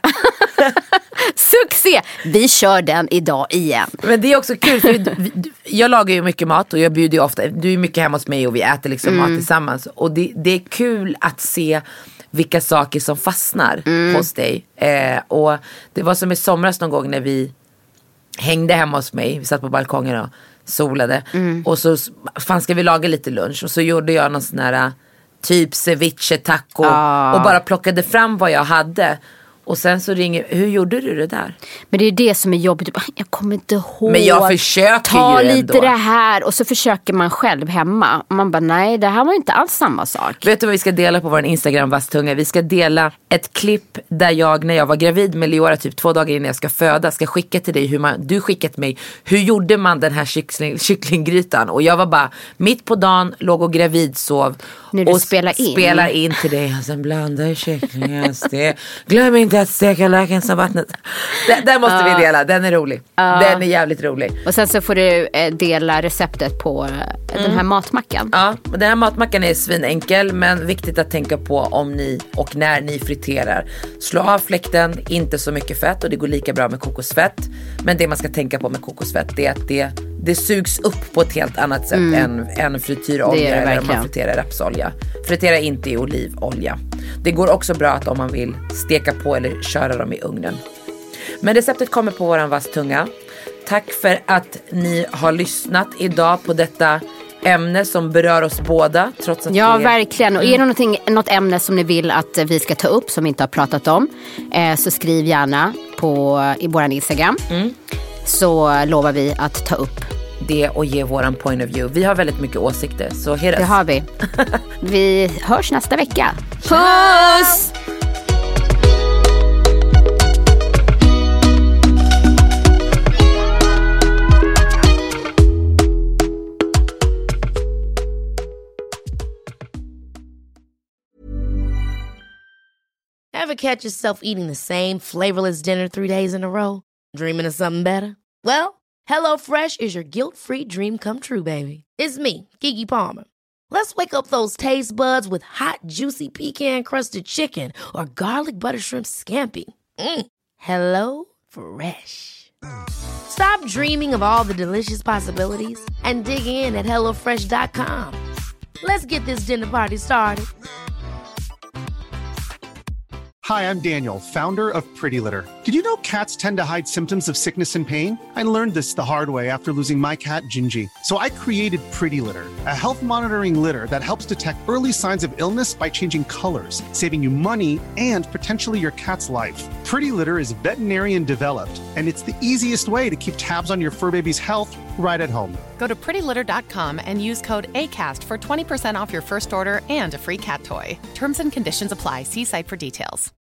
succé. Vi kör den idag igen. Men det är också kul för jag lagar ju mycket mat och jag bjuder ju ofta, du är mycket hemma hos mig och vi äter liksom mat tillsammans. Och det är kul att se vilka saker som fastnar hos dig. Och det var som i somras någon gång när vi hängde hemma hos mig. Vi satt på balkongen och solade. Och så ska vi laga lite lunch. Och så gjorde jag någon sån här typ ceviche taco. Och bara plockade fram vad jag hade. Och sen så ringer, hur gjorde du det där? Men det är det som är jobbigt. Jag kommer inte ihåg. Men jag försöker ta ju lite ändå. Det här. Och så försöker man själv hemma. Och man bara, nej, det här var inte alls samma sak. Vet du vad vi ska dela på vår Instagram, Vasstunga? Vi ska dela ett klipp där jag, när jag var gravid med Leora, typ 2 dagar innan jag ska föda, ska skicka till dig du skickat mig. Hur gjorde man den här kycklinggrytan? Och jag var bara mitt på dagen, låg och gravidsov. När du och spelar in till dig. Och sen blandar kycklingen. Glöm inte att steka löken som vattnet. Den måste vi dela, den är rolig. Den är jävligt rolig. Och sen så får du dela receptet på den här matmackan. Ja, den här matmackan är svinenkel, men viktigt att tänka på om ni och när ni friterar. Slå av fläkten, inte så mycket fett, och det går lika bra med kokosfett. Men det man ska tänka på med kokosfett är att det sugs upp på ett helt annat sätt än frityrolja eller om man friterar rapsolja. Fritera inte i olivolja. Det går också bra att om man vill steka på eller köra dem i ugnen. Men receptet kommer på våran Vasstunga. Tack för att ni har lyssnat idag på detta ämne som berör oss båda. Trots att verkligen. Och är det något ämne som ni vill att vi ska ta upp som vi inte har pratat om, så skriv gärna i våran Instagram. Så lovar vi att ta upp det och ge våran point of view. Vi har väldigt mycket åsikter, så heras. Det har vi. Vi hörs nästa vecka. Puss! Ever catch yourself eating the same flavorless dinner 3 days in a row? Dreaming of something better? Well, HelloFresh is your guilt-free dream come true, baby. It's me, Keke Palmer. Let's wake up those taste buds with hot, juicy pecan-crusted chicken or garlic butter shrimp scampi. Hello Fresh. Stop dreaming of all the delicious possibilities and dig in at HelloFresh.com. Let's get this dinner party started. Hi, I'm Daniel, founder of Pretty Litter. Did you know cats tend to hide symptoms of sickness and pain? I learned this the hard way after losing my cat, Gingy. So I created Pretty Litter, a health monitoring litter that helps detect early signs of illness by changing colors, saving you money and potentially your cat's life. Pretty Litter is veterinarian developed, and it's the easiest way to keep tabs on your fur baby's health right at home. Go to prettylitter.com and use code ACAST for 20% off your first order and a free cat toy. Terms and conditions apply. See site for details.